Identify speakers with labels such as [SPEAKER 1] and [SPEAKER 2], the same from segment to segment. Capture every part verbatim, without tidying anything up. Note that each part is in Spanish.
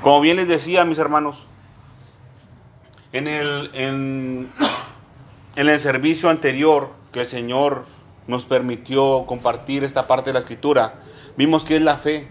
[SPEAKER 1] Como bien les decía, mis hermanos, en el, en, en el servicio anterior que el Señor nos permitió compartir esta parte de la Escritura, vimos que es la fe.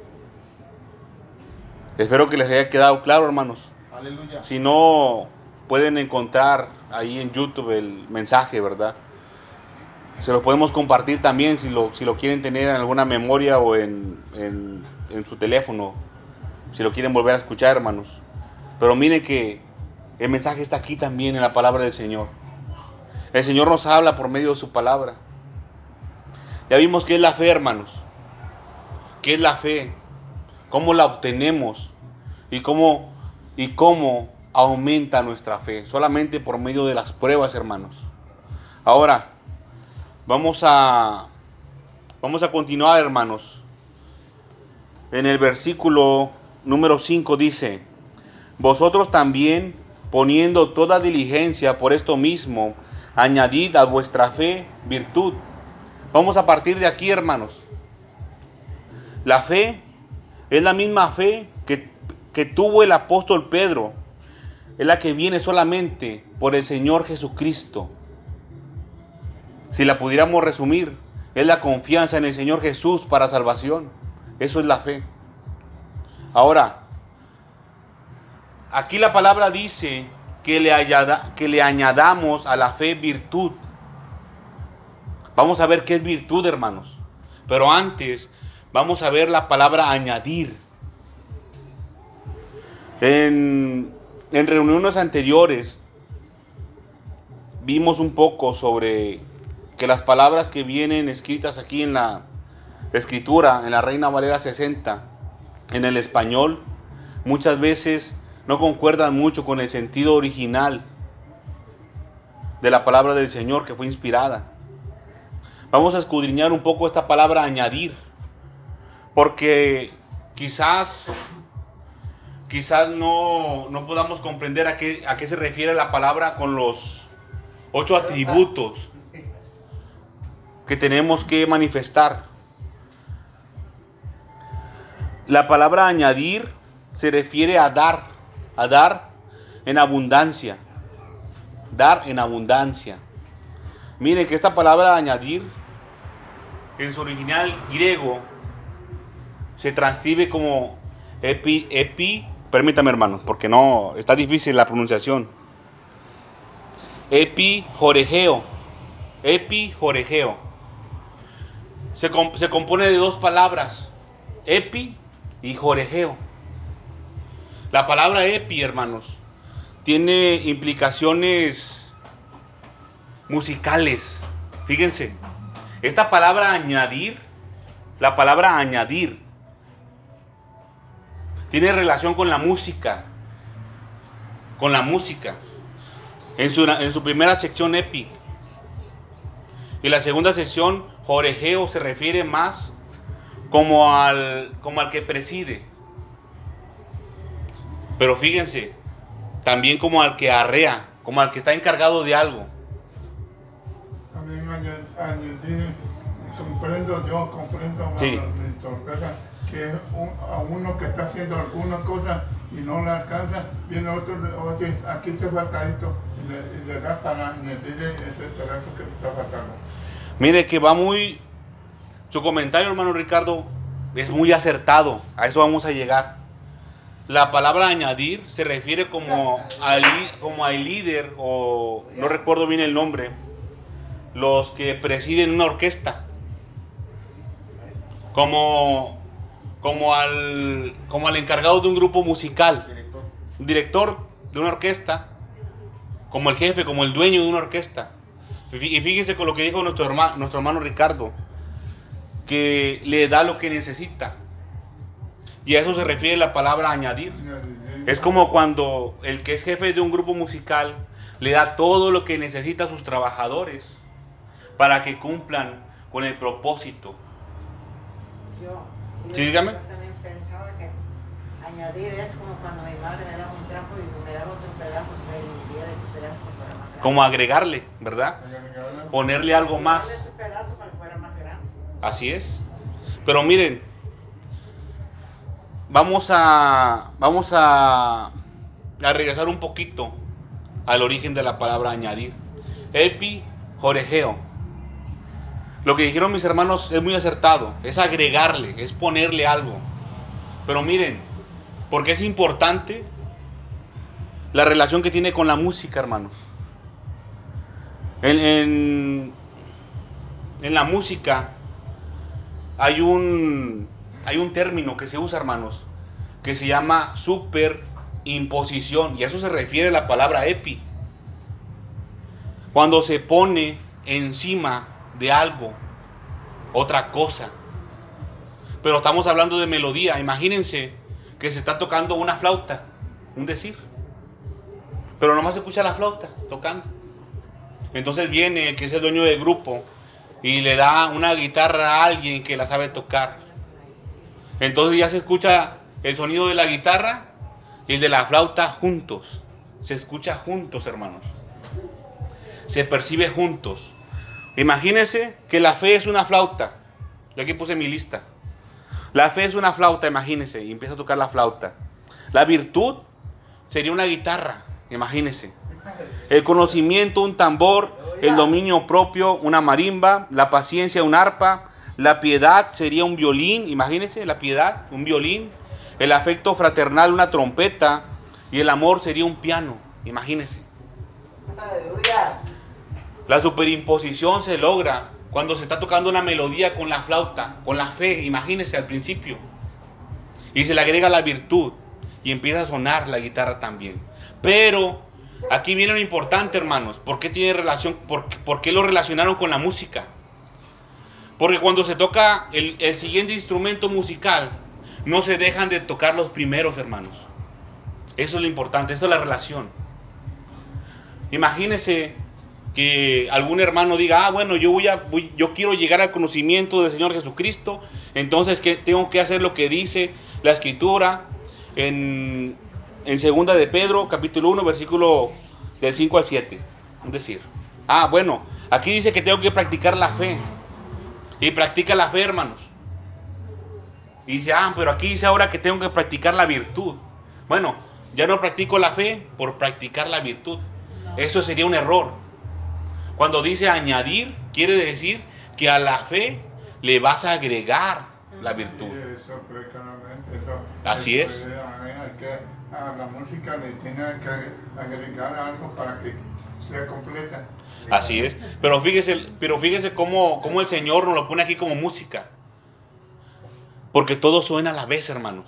[SPEAKER 1] Espero que les haya quedado claro, hermanos.
[SPEAKER 2] Aleluya.
[SPEAKER 1] Si no, pueden encontrar ahí en YouTube el mensaje, ¿verdad? Se lo podemos compartir también si lo, si lo quieren tener en alguna memoria o en, en, en su teléfono. Si lo quieren volver a escuchar, hermanos. Pero miren que el mensaje está aquí también en la palabra del Señor. El Señor nos habla por medio de su palabra. Ya vimos qué es la fe, hermanos. ¿Qué es la fe? ¿Cómo la obtenemos? ¿Y cómo, y cómo aumenta nuestra fe? Solamente por medio de las pruebas, hermanos. Ahora, vamos a, vamos a continuar, hermanos. En el versículo número cinco dice: vosotros también, poniendo toda diligencia por esto mismo, añadid a vuestra fe virtud. Vamos a partir de aquí, hermanos. La fe es la misma fe que, que tuvo el apóstol Pedro. Es la que viene solamente por el Señor Jesucristo. Si la pudiéramos resumir, es la confianza en el Señor Jesús para salvación. Eso es la fe. Ahora, aquí la palabra dice que le, añada, que le añadamos a la fe virtud. Vamos a ver qué es virtud, hermanos. Pero antes, vamos a ver la palabra añadir. En, en reuniones anteriores, vimos un poco sobre que las palabras que vienen escritas aquí en la Escritura, en la Reina Valera sesenta, en el español, muchas veces no concuerdan mucho con el sentido original de la palabra del Señor que fue inspirada. Vamos a escudriñar un poco esta palabra añadir, porque quizás, quizás no, no podamos comprender a qué, a qué se refiere la palabra con los ocho atributos que tenemos que manifestar. La palabra añadir se refiere a dar, a dar en abundancia, dar en abundancia. Miren que esta palabra añadir, en su original griego, se transcribe como epi, epi, permítame, hermanos, porque no, está difícil la pronunciación. Epi joregeo, epi joregeo. Se, comp- se compone de dos palabras, epi y joregeo. La palabra epi, hermanos, tiene implicaciones musicales. Fíjense, esta palabra añadir, la palabra añadir, tiene relación con la música, con la música. En su, en su primera sección epi, y la segunda sección joregeo se refiere más como al, como al que preside. Pero fíjense, también como al que arrea, como al que está encargado de algo.
[SPEAKER 2] También añadir, comprendo yo, comprendo
[SPEAKER 1] Sí.
[SPEAKER 2] mi sorpresa, que un, a uno que está haciendo alguna cosa y no le alcanza, viene otro, oye, aquí te falta esto, y le, y le da para añadirle ese pedazo que le está faltando.
[SPEAKER 1] Mire que va muy, su comentario, hermano Ricardo, es muy acertado. A eso vamos a llegar. La palabra añadir se refiere como al, como al líder, o no recuerdo bien el nombre, los que presiden una orquesta. Como, como, al, como al encargado de un grupo musical.
[SPEAKER 2] Director.
[SPEAKER 1] Director de una orquesta, como el jefe, como el dueño de una orquesta. Y fíjense con lo que dijo nuestro hermano, nuestro hermano Ricardo, que le da lo que necesita. Y a eso se refiere la palabra añadir. Es como cuando el que es jefe de un grupo musical le da todo lo que necesita a sus trabajadores para que cumplan con el propósito.
[SPEAKER 3] Yo, yo,
[SPEAKER 1] Sí, dígame.
[SPEAKER 3] yo también pensaba que añadir es como cuando mi madre me daba un trapo y me daba otro pedazo, me diera ese pedazo para más grande.
[SPEAKER 1] Como agregarle, ¿verdad? Ponerle algo más.
[SPEAKER 3] Darle ese pedazo para que fuera más grande.
[SPEAKER 1] Así es. Pero miren, vamos a, vamos a, a regresar un poquito al origen de la palabra añadir. Epi, jorejeo. Lo que dijeron mis hermanos es muy acertado, es agregarle, es ponerle algo. Pero miren, porque es importante la relación que tiene con la música, hermanos. En, en, en la música hay un, hay un término que se usa, hermanos, que se llama superimposición, y a eso se refiere la palabra epi. Cuando se pone encima de algo, otra cosa. Pero estamos hablando de melodía. Imagínense que se está tocando una flauta, un decir, pero nomás se escucha la flauta tocando. Entonces viene el que es el dueño del grupo y le da una guitarra a alguien que la sabe tocar. Entonces ya se escucha el sonido de la guitarra y el de la flauta juntos. Se escucha juntos, hermanos. Se percibe juntos. Imagínense que la fe es una flauta. Yo aquí puse mi lista. La fe es una flauta, imagínense, y empieza a tocar la flauta. La virtud sería una guitarra, imagínense. El conocimiento, un tambor. El dominio propio, una marimba. La paciencia, un arpa. La piedad sería un violín, imagínense, la piedad, un violín. El afecto fraternal, una trompeta. Y el amor sería un piano, imagínense.
[SPEAKER 3] Aleluya.
[SPEAKER 1] La superimposición se logra cuando se está tocando una melodía con la flauta, con la fe, imagínense al principio. Y se le agrega la virtud y empieza a sonar la guitarra también. Pero aquí viene lo importante, hermanos. ¿Por qué tiene relación? ¿Por, por qué lo relacionaron con la música? Porque cuando se toca el, el siguiente instrumento musical, no se dejan de tocar los primeros, hermanos. Eso es lo importante, eso es la relación. Imagínense que algún hermano diga, ah, bueno, yo voy a, voy, yo quiero llegar al conocimiento del Señor Jesucristo, entonces que tengo que hacer lo que dice la Escritura en, en segunda de Pedro, capítulo uno, versículo del cinco al siete. Es decir, ah, bueno, aquí dice que tengo que practicar la fe, y practica la fe, hermanos. Y dice, ah, pero aquí dice ahora que tengo que practicar la virtud. Bueno, ya no practico la fe por practicar la virtud. Eso sería un error. Cuando dice añadir, quiere decir que a la fe le vas a agregar la virtud.
[SPEAKER 2] Sí, eso, claramente, eso,
[SPEAKER 1] Así
[SPEAKER 2] eso,
[SPEAKER 1] es.
[SPEAKER 2] Hay que, a la música le tiene que agregar algo para que sea completa.
[SPEAKER 1] Así es. Pero fíjese, pero fíjese cómo, cómo el Señor nos lo pone aquí como música. Porque todo suena a la vez, hermanos.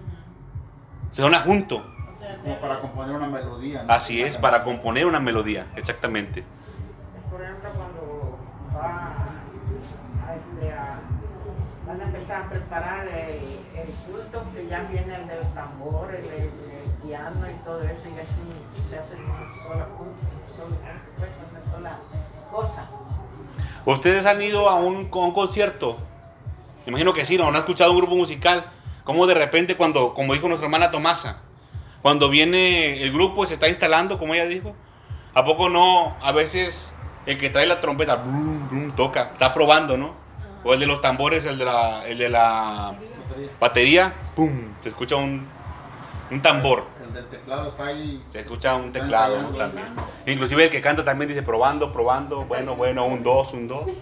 [SPEAKER 1] Se suena junto.
[SPEAKER 4] Como para componer una melodía, ¿no?
[SPEAKER 1] Así es, para componer una melodía, exactamente.
[SPEAKER 3] Por ejemplo, cuando va a, este, a, van a empezar a preparar el, el culto, que ya viene el del tambor, el, el, el piano y todo eso, y así se hace una sola, una sola, pues, una sola cosa.
[SPEAKER 1] ¿Ustedes han ido a un, a un concierto? Imagino que sí, ¿no? ¿Han escuchado un grupo musical? Como de repente cuando, como dijo nuestra hermana Tomasa, cuando viene el grupo y se está instalando, como ella dijo, ¿a poco no? A veces el que trae la trompeta, brum, brum, toca, está probando, ¿no? O el de los tambores, el de la, el de la batería, pum, se escucha un, un tambor.
[SPEAKER 4] El del teclado está ahí.
[SPEAKER 1] Se escucha un teclado, ¿no? También. Inclusive el que canta también dice probando, probando, bueno, bueno, un dos, un dos.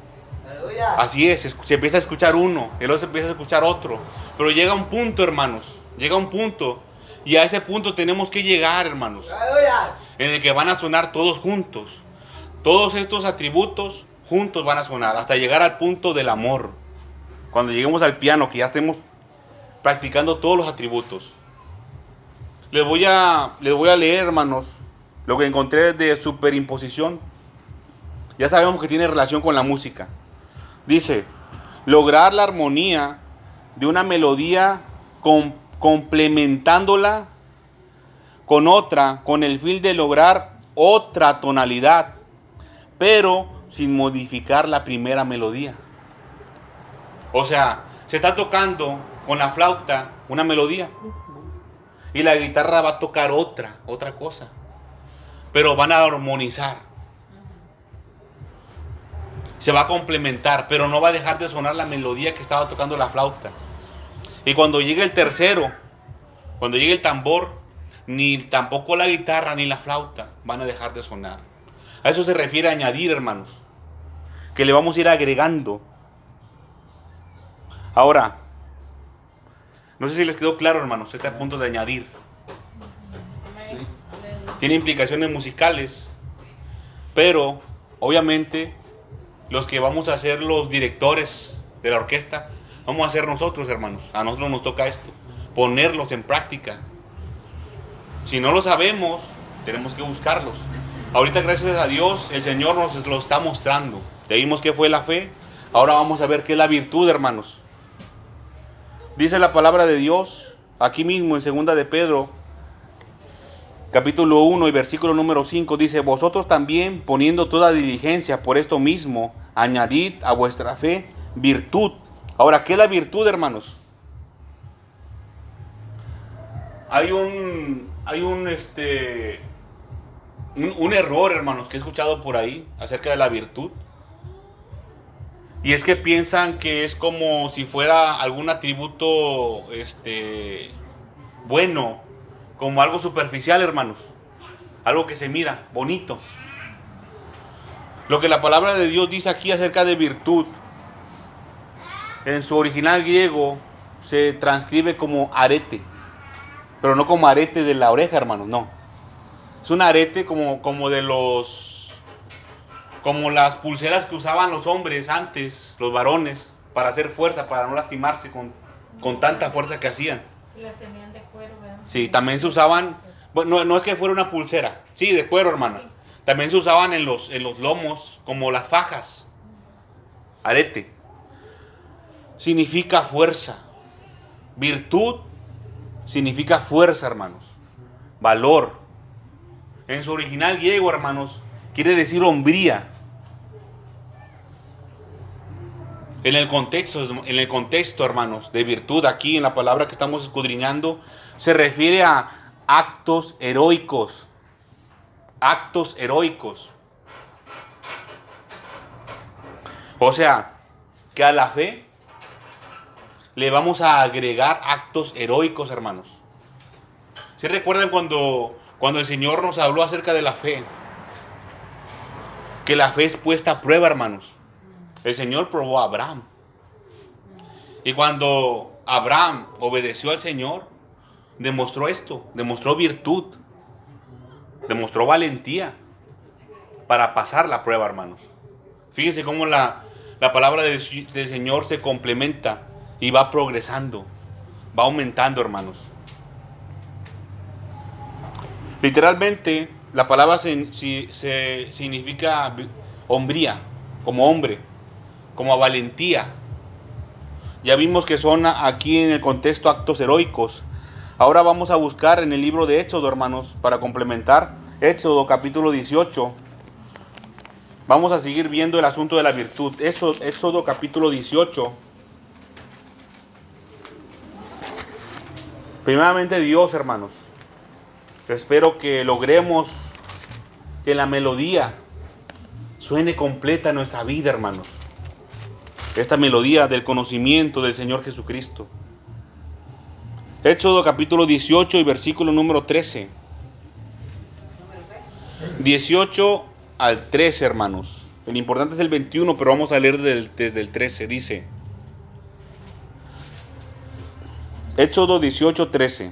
[SPEAKER 1] Así es, se empieza a escuchar uno, y luego se empieza a escuchar otro. Pero llega un punto, hermanos, llega un punto, y a ese punto tenemos que llegar, hermanos, en el que van a sonar todos juntos. Todos estos atributos juntos van a sonar, hasta llegar al punto del amor. Cuando lleguemos al piano, que ya estemos practicando todos los atributos. Les voy a, les voy a leer, hermanos, lo que encontré de superimposición. Ya sabemos que tiene relación con la música. Dice, lograr la armonía de una melodía com, complementándola con otra, con el fin de lograr otra tonalidad, pero sin modificar la primera melodía. O sea, se está tocando con la flauta una melodía y la guitarra va a tocar otra, otra cosa, pero van a armonizar. Se va a complementar, pero no va a dejar de sonar la melodía que estaba tocando la flauta. Y cuando llegue el tercero, cuando llegue el tambor, ni tampoco la guitarra ni la flauta van a dejar de sonar. A eso se refiere a añadir, hermanos, que le vamos a ir agregando. Ahora, no sé si les quedó claro, hermanos, este punto de añadir.
[SPEAKER 4] Sí.
[SPEAKER 1] Tiene implicaciones musicales, pero obviamente los que vamos a ser los directores de la orquesta, vamos a ser nosotros, hermanos. A nosotros nos toca esto, ponerlos en práctica. Si no lo sabemos, tenemos que buscarlos. Ahorita, gracias a Dios, el Señor nos lo está mostrando. Ya vimos qué fue la fe, ahora vamos a ver qué es la virtud, hermanos. Dice la palabra de Dios, aquí mismo en segunda de Pedro, capítulo uno y versículo número cinco, dice: vosotros también, poniendo toda diligencia por esto mismo, añadid a vuestra fe virtud. Ahora, ¿qué es la virtud, hermanos? Hay un, hay un, este, un, un error, hermanos, que he escuchado por ahí acerca de la virtud. Y es que piensan que es como si fuera algún atributo, este, bueno, como algo superficial, hermanos. Algo que se mira bonito. Lo que la palabra de Dios dice aquí acerca de virtud, en su original griego se transcribe como arete. Pero no como arete de la oreja, hermanos, no. Es un arete como, como de los... como las pulseras que usaban los hombres antes, los varones, para hacer fuerza, para no lastimarse con, con tanta fuerza que hacían.
[SPEAKER 5] Las tenían de cuero, ¿verdad?
[SPEAKER 1] Sí, también se usaban, bueno, no, no es que fuera una pulsera, sí, de cuero, hermana.
[SPEAKER 5] Sí.
[SPEAKER 1] También se usaban en los, en los lomos, como las fajas. Arete. Significa fuerza. Virtud significa fuerza, hermanos. Valor. En su original griego, hermanos, quiere decir hombría. En el contexto, en el contexto, hermanos, de virtud, aquí en la palabra que estamos escudriñando, se refiere a actos heroicos. Actos heroicos. O sea, que a la fe le vamos a agregar actos heroicos, hermanos. ¿Sí recuerdan cuando, cuando el Señor nos habló acerca de la fe? Que la fe es puesta a prueba, hermanos. El Señor probó a Abraham. Y cuando Abraham obedeció al Señor, demostró esto, demostró virtud, demostró valentía para pasar la prueba, hermanos. Fíjense cómo la, la palabra del, del Señor se complementa y va progresando, va aumentando, hermanos. Literalmente, la palabra se, se, se significa hombría, como hombre, como valentía. Ya vimos que son aquí en el contexto actos heroicos. Ahora vamos a buscar en el libro de Éxodo, hermanos, para complementar. Éxodo capítulo dieciocho. Vamos a seguir viendo el asunto de la virtud. Éxodo, Éxodo capítulo dieciocho. Primeramente Dios, hermanos. Espero que logremos que la melodía suene completa en nuestra vida, hermanos. Esta melodía del conocimiento del Señor Jesucristo. Éxodo capítulo dieciocho y versículo número trece. dieciocho al trece, hermanos. El importante es el veintiuno, pero vamos a leer del, desde el trece. Dice: Éxodo dieciocho, trece.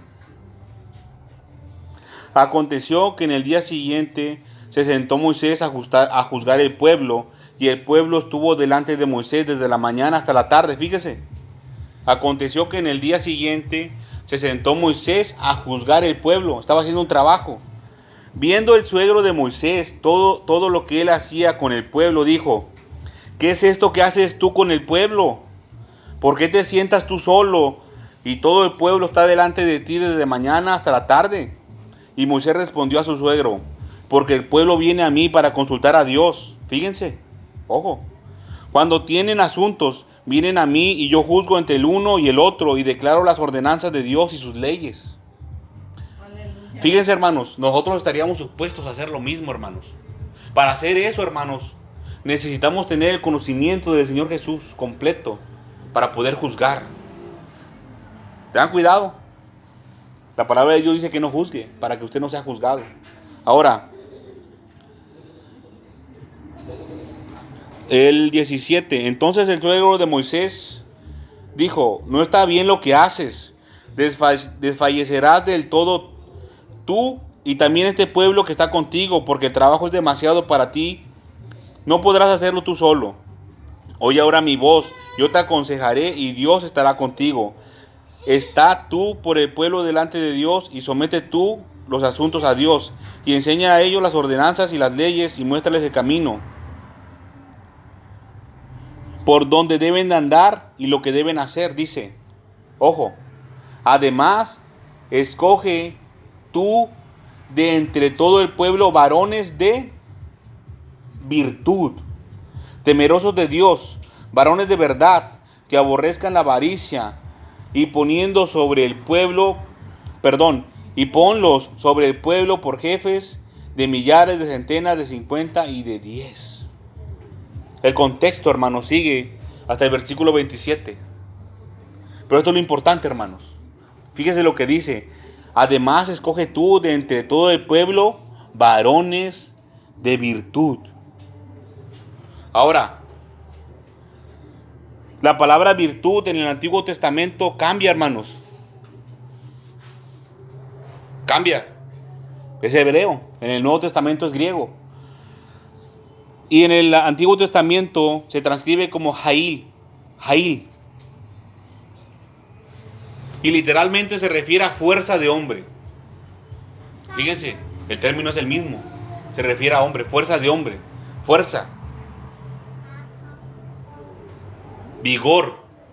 [SPEAKER 1] Aconteció que en el día siguiente se sentó Moisés a, justar, a juzgar el pueblo, y el pueblo estuvo delante de Moisés desde la mañana hasta la tarde. Fíjese. Aconteció que en el día siguiente se sentó Moisés a juzgar el pueblo. Estaba haciendo un trabajo. Viendo el suegro de Moisés todo, todo lo que él hacía con el pueblo, dijo: ¿qué es esto que haces tú con el pueblo? ¿Por qué te sientas tú solo y todo el pueblo está delante de ti desde mañana hasta la tarde? Y Moisés respondió a su suegro: porque el pueblo viene a mí para consultar a Dios. Fíjense, ojo, cuando tienen asuntos, vienen a mí y yo juzgo entre el uno y el otro y declaro las ordenanzas de Dios y sus leyes.
[SPEAKER 5] Aleluya.
[SPEAKER 1] Fíjense, hermanos, nosotros estaríamos supuestos a hacer lo mismo, hermanos. Para hacer eso, hermanos, necesitamos tener el conocimiento del Señor Jesús completo para poder juzgar. Tengan cuidado. La palabra de Dios dice que no juzgue, para que usted no sea juzgado. Ahora, el diecisiete. Entonces el suegro de Moisés dijo: no está bien lo que haces. Desfa- desfallecerás del todo tú y también este pueblo que está contigo, porque el trabajo es demasiado para ti. No podrás hacerlo tú solo. Oye ahora mi voz, yo te aconsejaré y Dios estará contigo. Está tú por el pueblo delante de Dios y somete tú los asuntos a Dios y enseña a ellos las ordenanzas y las leyes y muéstrales el camino por donde deben andar y lo que deben hacer, dice. Ojo, además, escoge tú de entre todo el pueblo varones de virtud, temerosos de Dios, varones de verdad, que aborrezcan la avaricia, y poniendo sobre el pueblo, perdón, y ponlos sobre el pueblo por jefes de millares, de centenas, de cincuenta y de diez. El contexto, hermanos, sigue hasta el versículo veintisiete. Pero esto es lo importante, hermanos. Fíjese lo que dice. Además, escoge tú de entre todo el pueblo varones de virtud. Ahora, la palabra virtud en el Antiguo Testamento cambia, hermanos. Cambia. Es hebreo. En el Nuevo Testamento es griego. Y en el Antiguo Testamento se transcribe como Jail. Jail. Y literalmente se refiere a fuerza de hombre. Fíjense, el término es el mismo. Se refiere a hombre, fuerza de hombre. Fuerza. Vigor.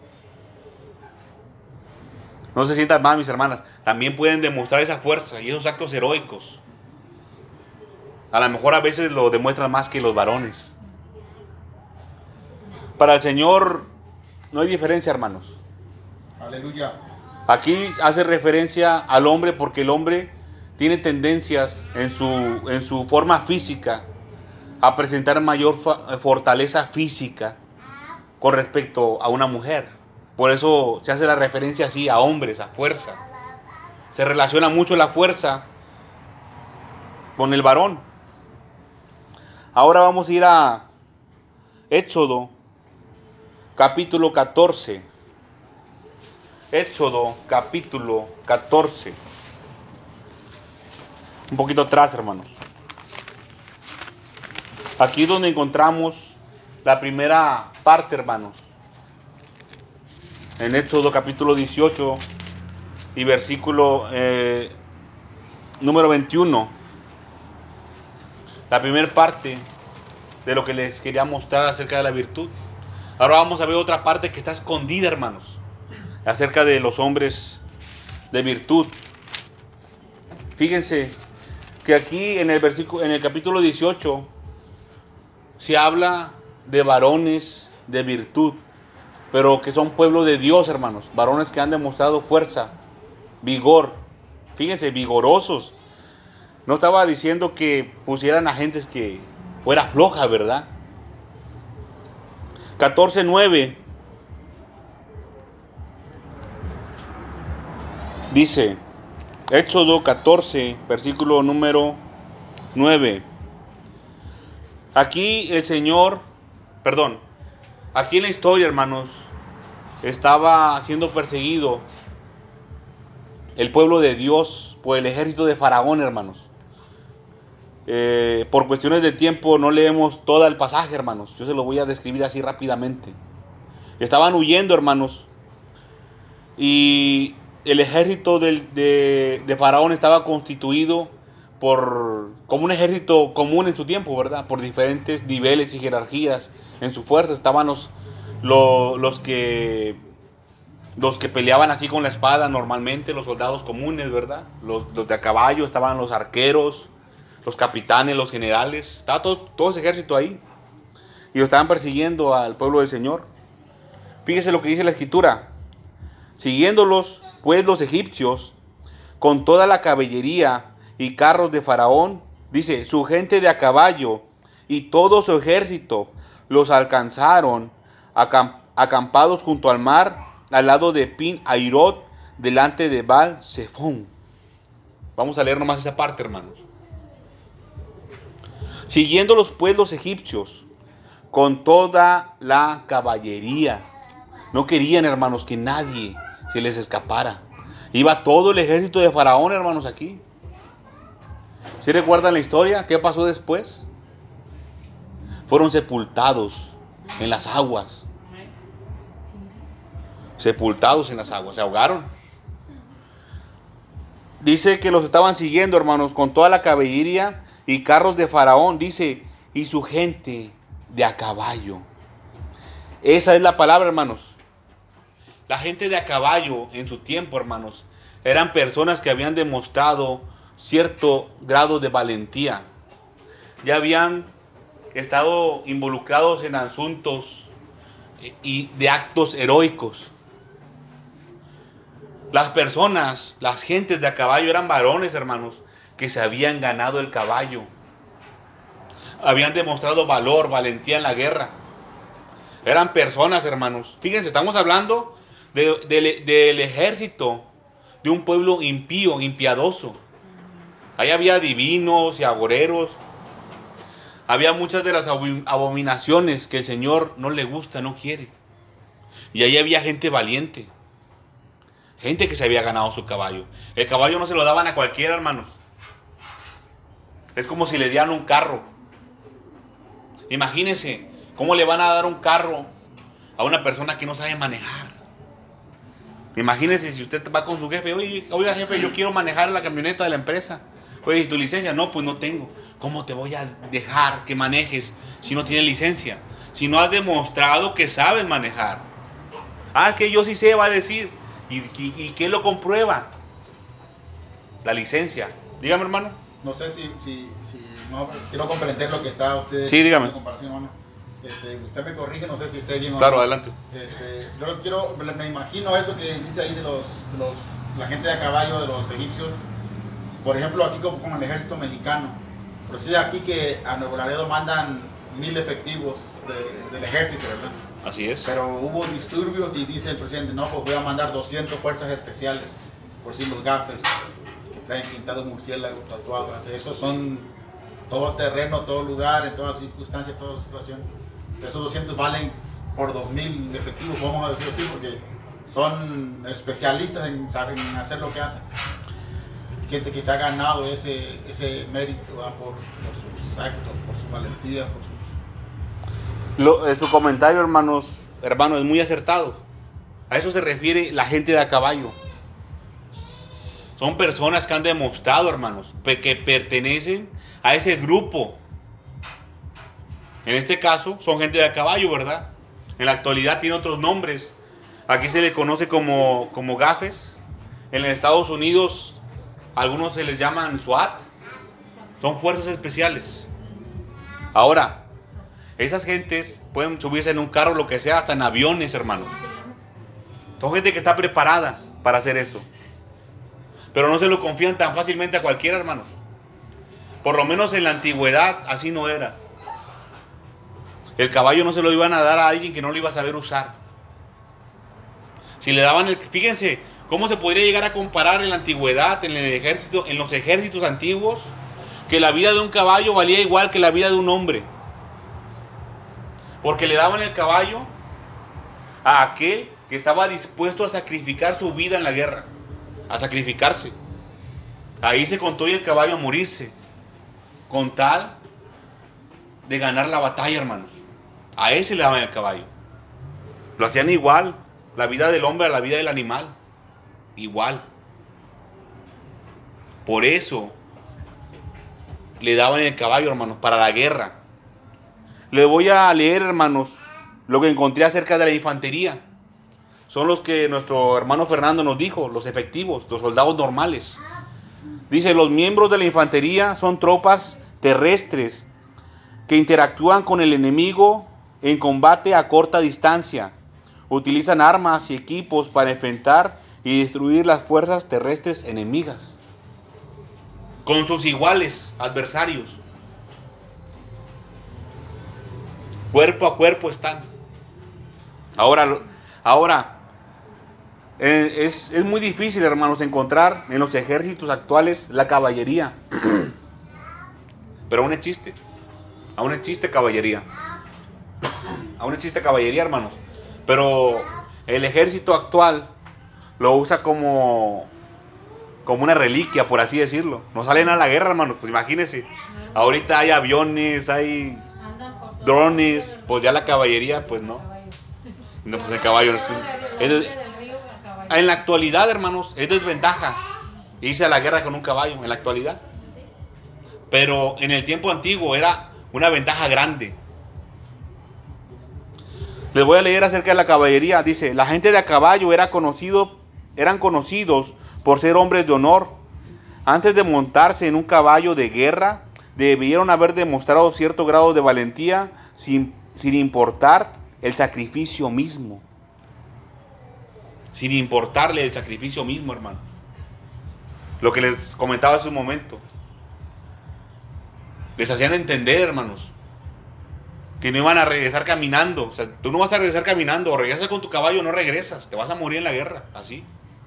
[SPEAKER 1] No se sientan mal, mis hermanas. También pueden demostrar esa fuerza y esos actos heroicos. A lo mejor a veces lo demuestran más que los varones. Para el Señor no hay diferencia, hermanos.
[SPEAKER 4] Aleluya.
[SPEAKER 1] Aquí hace referencia al hombre porque el hombre tiene tendencias en su, en su forma física a presentar mayor fa- fortaleza física con respecto a una mujer. Por eso se hace la referencia así a hombres, a fuerza. Se relaciona mucho la fuerza con el varón. Ahora vamos a ir a Éxodo, capítulo catorce. Éxodo, capítulo catorce. Un poquito atrás, hermanos. Aquí es donde encontramos la primera parte, hermanos. En Éxodo, capítulo dieciocho y versículo eh, número veintiuno. La primera parte de lo que les quería mostrar acerca de la virtud. Ahora vamos a ver otra parte que está escondida, hermanos, acerca de los hombres de virtud. Fíjense que aquí en el versículo, en el capítulo dieciocho, se habla de varones de virtud, pero que son pueblo de Dios, hermanos, varones que han demostrado fuerza, vigor. Fíjense, vigorosos. No estaba diciendo que pusieran a gentes que fuera floja, ¿verdad? catorce nueve. Dice, Éxodo catorce, versículo número nueve. Aquí el Señor, perdón, aquí en la historia, hermanos, estaba siendo perseguido el pueblo de Dios por el ejército de Faraón, hermanos. Eh, por cuestiones de tiempo no leemos todo el pasaje, hermanos. Yo se lo voy a describir así rápidamente. Estaban huyendo, hermanos, y el ejército del, de, de Faraón estaba constituido por, como un ejército común en su tiempo, ¿verdad? Por diferentes niveles y jerarquías en su fuerza. Estaban los, los, los, que, los que peleaban así con la espada normalmente, los soldados comunes, ¿verdad? Los, los de a caballo, estaban los arqueros, los capitanes, los generales. Estaba todo, todo ese ejército ahí. Y lo estaban persiguiendo al pueblo del Señor. Fíjese lo que dice la Escritura. Siguiéndolos, pues, los egipcios, con toda la caballería y carros de Faraón, dice, su gente de a caballo y todo su ejército, los alcanzaron acamp- acampados junto al mar, al lado de Pin Airot, delante de Baal-Zephón. Vamos a leer nomás esa parte, hermanos. Siguiendo los pueblos egipcios con toda la caballería. No querían, hermanos, que nadie se les escapara. Iba todo el ejército de Faraón, hermanos, aquí. ¿Sí recuerdan la historia? ¿Qué pasó después? Fueron sepultados en las aguas. Sepultados en las aguas, se ahogaron. Dice que los estaban siguiendo, hermanos, con toda la caballería y carros de Faraón, dice, y su gente de a caballo. Esa es la palabra, hermanos. La gente de a caballo en su tiempo, hermanos, eran personas que habían demostrado cierto grado de valentía. Ya habían estado involucrados en asuntos y de actos heroicos. Las personas, las gentes de a caballo eran varones, hermanos, que se habían ganado el caballo. Habían demostrado valor, valentía en la guerra. Eran personas, hermanos. Fíjense, estamos hablando de, de, del ejército de un pueblo impío, impiadoso. Ahí había adivinos y agoreros. Había muchas de las abominaciones que el Señor no le gusta, no quiere. Y ahí había gente valiente. Gente que se había ganado su caballo. El caballo no se lo daban a cualquiera, hermanos. Es como si le dieran un carro. Imagínense, ¿cómo le van a dar un carro a una persona que no sabe manejar? Imagínense si usted va con su jefe. Oye, oiga jefe, yo quiero manejar la camioneta de la empresa. Oye, ¿y tu licencia? No, pues no tengo. ¿Cómo te voy a dejar que manejes si no tienes licencia? Si no has demostrado que sabes manejar. Ah, es que yo sí sé, va a decir. ¿Y, y, y qué lo comprueba? La licencia. Dígame, hermano.
[SPEAKER 4] No sé si, si, si no, quiero comprender lo que está usted
[SPEAKER 1] sí, dígame.
[SPEAKER 4] En comparación, hermano. Este, usted me corrige, no sé si esté bien o
[SPEAKER 1] claro,
[SPEAKER 4] no.
[SPEAKER 1] adelante.
[SPEAKER 4] Este, yo quiero, me imagino eso que dice ahí de los, de los la gente de a caballo de los egipcios. Por ejemplo, aquí como con el ejército mexicano. Pero sí, aquí que a Nuevo Laredo mandan mil efectivos de, del ejército, ¿verdad?
[SPEAKER 1] Así es.
[SPEAKER 4] Pero hubo disturbios y dice el presidente, no, pues voy a mandar doscientas fuerzas especiales, por si los gafes, que traen pintado murciélago, tatuado. Esos son todo terreno, todo lugar, en todas circunstancias, toda situación. Esos doscientos valen por dos mil efectivos, vamos a decir así, porque son especialistas en, en hacer lo que hacen. Gente que se ha ganado ese, ese mérito ¿va? por, por sus actos, por su valentía, por sus...
[SPEAKER 1] Lo, eh, su comentario, hermanos, hermano, es muy acertado. A eso se refiere la gente de a caballo. Son personas que han demostrado, hermanos, que pertenecen a ese grupo. En este caso, son gente de a caballo, ¿verdad? En la actualidad tiene otros nombres. Aquí se le conoce como, como gafes. En Estados Unidos, algunos se les llaman SWAT. Son fuerzas especiales. Ahora, esas gentes pueden subirse en un carro, lo que sea, hasta en aviones, hermanos. Son gente que está preparada para hacer eso. Pero no se lo confían tan fácilmente a cualquiera, hermanos. Por lo menos en la antigüedad así no era. El caballo no se lo iban a dar a alguien que no lo iba a saber usar. Si le daban el... Fíjense, ¿cómo se podría llegar a comparar en la antigüedad, en el ejército, en los ejércitos antiguos, que la vida de un caballo valía igual que la vida de un hombre? Porque le daban el caballo a aquel que estaba dispuesto a sacrificar su vida en la guerra. A sacrificarse. Ahí se contó y el caballo a morirse. Con tal de ganar la batalla, hermanos. A ese le daban el caballo. Lo hacían igual. La vida del hombre a la vida del animal. Igual. Por eso le daban el caballo, hermanos, para la guerra. Le voy a leer, hermanos, lo que encontré acerca de la infantería. Son los que nuestro hermano Fernando nos dijo, los efectivos, los soldados normales. Dice, los miembros de la infantería son tropas terrestres que interactúan con el enemigo en combate a corta distancia. Utilizan armas y equipos para enfrentar y destruir las fuerzas terrestres enemigas. Con sus iguales, adversarios. Cuerpo a cuerpo están. Ahora, ahora, Eh, es, es muy difícil, hermanos, encontrar en los ejércitos actuales la caballería. Pero aún existe. Aún existe caballería. Aún existe caballería, hermanos. Pero el ejército actual lo usa como, como una reliquia, por así decirlo. No salen a la guerra, hermanos. Pues imagínense. Ahorita hay aviones, hay
[SPEAKER 5] Andan por todo
[SPEAKER 1] drones.
[SPEAKER 5] el río
[SPEAKER 1] Pues ya la caballería, pues no.
[SPEAKER 5] caballo.
[SPEAKER 1] No, pues el caballo.
[SPEAKER 5] La
[SPEAKER 1] Es,
[SPEAKER 5] orilla
[SPEAKER 1] es,
[SPEAKER 5] del río, el caballo.
[SPEAKER 1] en la actualidad, hermanos, es desventaja irse a la guerra con un caballo, en la actualidad. Pero en el tiempo antiguo era una ventaja grande. Les voy a leer acerca de la caballería. Dice, la gente de a caballo era conocido, eran conocidos por ser hombres de honor. Antes de montarse en un caballo de guerra, debieron haber demostrado cierto grado de valentía sin, sin importar el sacrificio mismo. Sin importarle el sacrificio mismo, hermano. Lo que les comentaba hace un momento. Les hacían entender, hermanos, que no iban a regresar caminando. O sea, tú no vas a regresar caminando. O regresas con tu caballo o no regresas. Te vas a morir en la guerra. Así.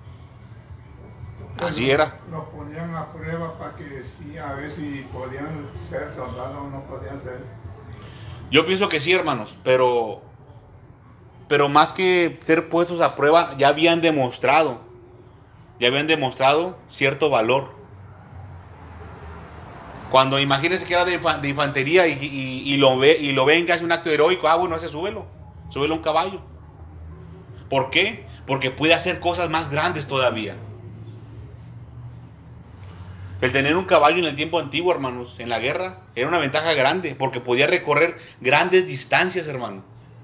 [SPEAKER 1] Así era.
[SPEAKER 2] Los ponían a prueba para que sí, a ver si podían ser soldados o no podían ser.
[SPEAKER 1] Yo pienso que sí, hermanos. Pero, pero más que ser puestos a prueba, ya habían demostrado. Ya habían demostrado cierto valor. Cuando imagínense que era de, infa- de infantería y, y, y, lo ve, y lo ven que hace un acto heroico, ah, bueno, ese súbelo, súbelo a un caballo. ¿Por qué? Porque puede hacer cosas más grandes todavía. El tener un caballo en el tiempo antiguo, hermanos, en la guerra, era una ventaja grande, porque podía recorrer grandes distancias, hermano.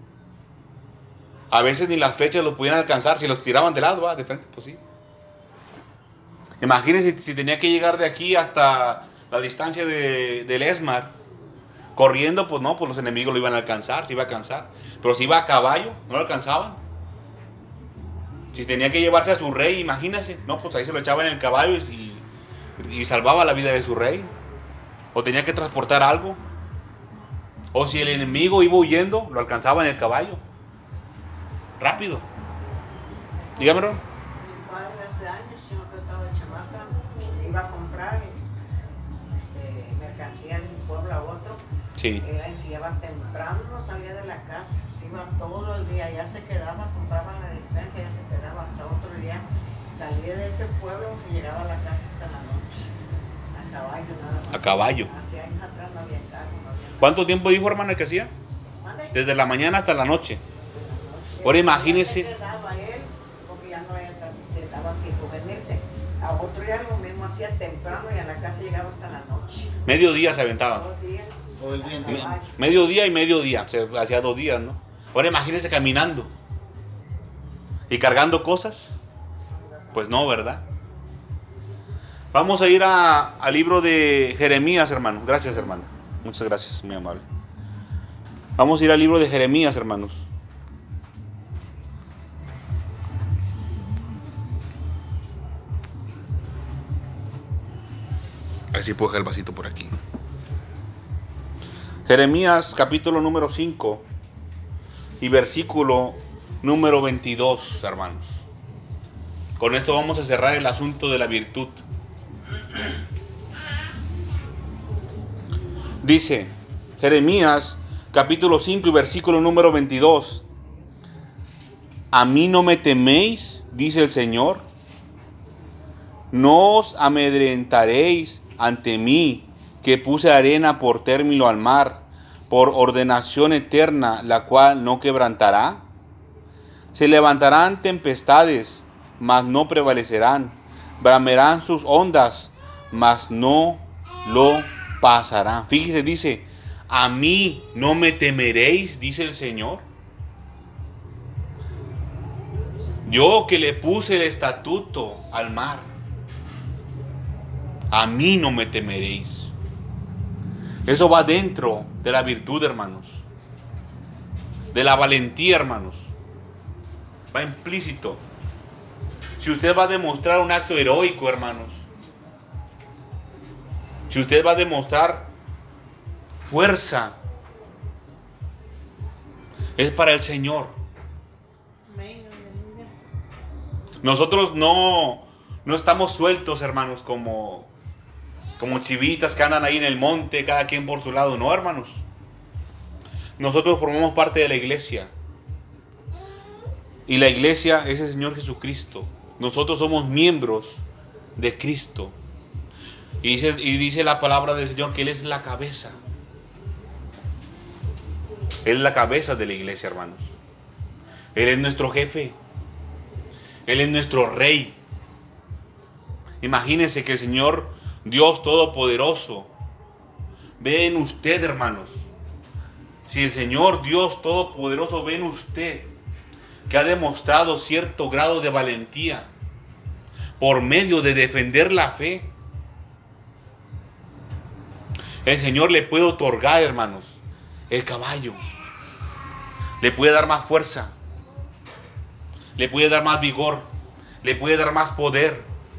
[SPEAKER 1] A veces ni las flechas los podían alcanzar, si los tiraban de lado, ¿va? De frente, pues sí. Imagínense si tenía que llegar de aquí hasta la distancia de, del Esmar, corriendo, pues no, pues los enemigos lo iban a alcanzar, se iba a alcanzar. Pero si iba a caballo, no lo alcanzaban. Si tenía que llevarse a su rey, imagínense, no, pues ahí se lo echaban en el caballo y, y salvaba la vida de su rey. O tenía que transportar algo. O si el enemigo iba huyendo, lo alcanzaba en el caballo. Rápido. Dígame, Ron.
[SPEAKER 3] Mi padre hace años, yo que estaba en chamaca, iba a comprar este, mercancía de un pueblo a otro.
[SPEAKER 1] Sí.
[SPEAKER 3] Él enseñaba temprano, salía de la casa, se iba todo el día, ya se quedaba, compraba la distancia, ya se quedaba hasta otro día. Salía de ese pueblo y llegaba a la casa hasta la noche. A caballo nada más.
[SPEAKER 1] A caballo.
[SPEAKER 3] Hacia años atrás no había carro, no había nada.
[SPEAKER 1] ¿Cuánto tiempo dijo, hermana, que hacía?
[SPEAKER 3] ¿Mande?
[SPEAKER 1] Desde la mañana hasta la noche.
[SPEAKER 3] Noche.
[SPEAKER 1] Ahora imagínese.
[SPEAKER 3] Ya se quedaba él, porque ya no era tan- le daba tiempo venirse. A otro día lo mismo hacía temprano y a la casa llegaba hasta la noche.
[SPEAKER 1] Medio día se aventaba.
[SPEAKER 3] Dos días.
[SPEAKER 4] Todo el día
[SPEAKER 3] a
[SPEAKER 4] entero.
[SPEAKER 3] caballo.
[SPEAKER 1] Medio día y medio día. Se hacía dos días, ¿no? Ahora imagínense caminando. ¿Y cargando cosas? Pues no, ¿verdad? Vamos a ir a- al libro de Jeremías, hermano. Gracias, hermano. Muchas gracias, muy amable. Vamos a ir al libro de Jeremías, hermanos. A ver si puedo dejar el vasito por aquí. Jeremías capítulo número cinco y versículo número veintidós, hermanos. Con esto vamos a cerrar el asunto de la virtud. Dice Jeremías capítulo cinco y versículo número veintidós. A mí no me teméis, dice el Señor. No os amedrentaréis ante mí, que puse arena por término al mar, por ordenación eterna, la cual no quebrantará. Se levantarán tempestades, mas no prevalecerán. Bramerán sus ondas, mas no lo pasarán. Fíjese, dice, a mí no me temeréis, dice el Señor. Yo que le puse el estatuto al mar, a mí no me temeréis. Eso va dentro de la virtud, hermanos. De la valentía, hermanos. Va implícito. Si usted va a demostrar un acto heroico, hermanos. Si usted va a demostrar fuerza, es para el Señor.
[SPEAKER 5] Amén, aleluya.
[SPEAKER 1] Nosotros no, no estamos sueltos, hermanos, como, como chivitas que andan ahí en el monte, cada quien por su lado. No, hermanos. Nosotros formamos parte de la iglesia. Y la iglesia es el Señor Jesucristo. Nosotros somos miembros de Cristo. Y dice, y dice la palabra del Señor que Él es la cabeza. Él es la cabeza de la iglesia, hermanos. Él es nuestro jefe. Él es nuestro rey. Imagínense que el Señor Dios Todopoderoso ve en usted, hermanos. Si el Señor Dios Todopoderoso ve en usted que ha demostrado cierto grado de valentía por medio de defender la fe, el Señor le puede otorgar, hermanos, el caballo. Le puede dar más fuerza. Le puede dar más vigor. Le puede dar más poder.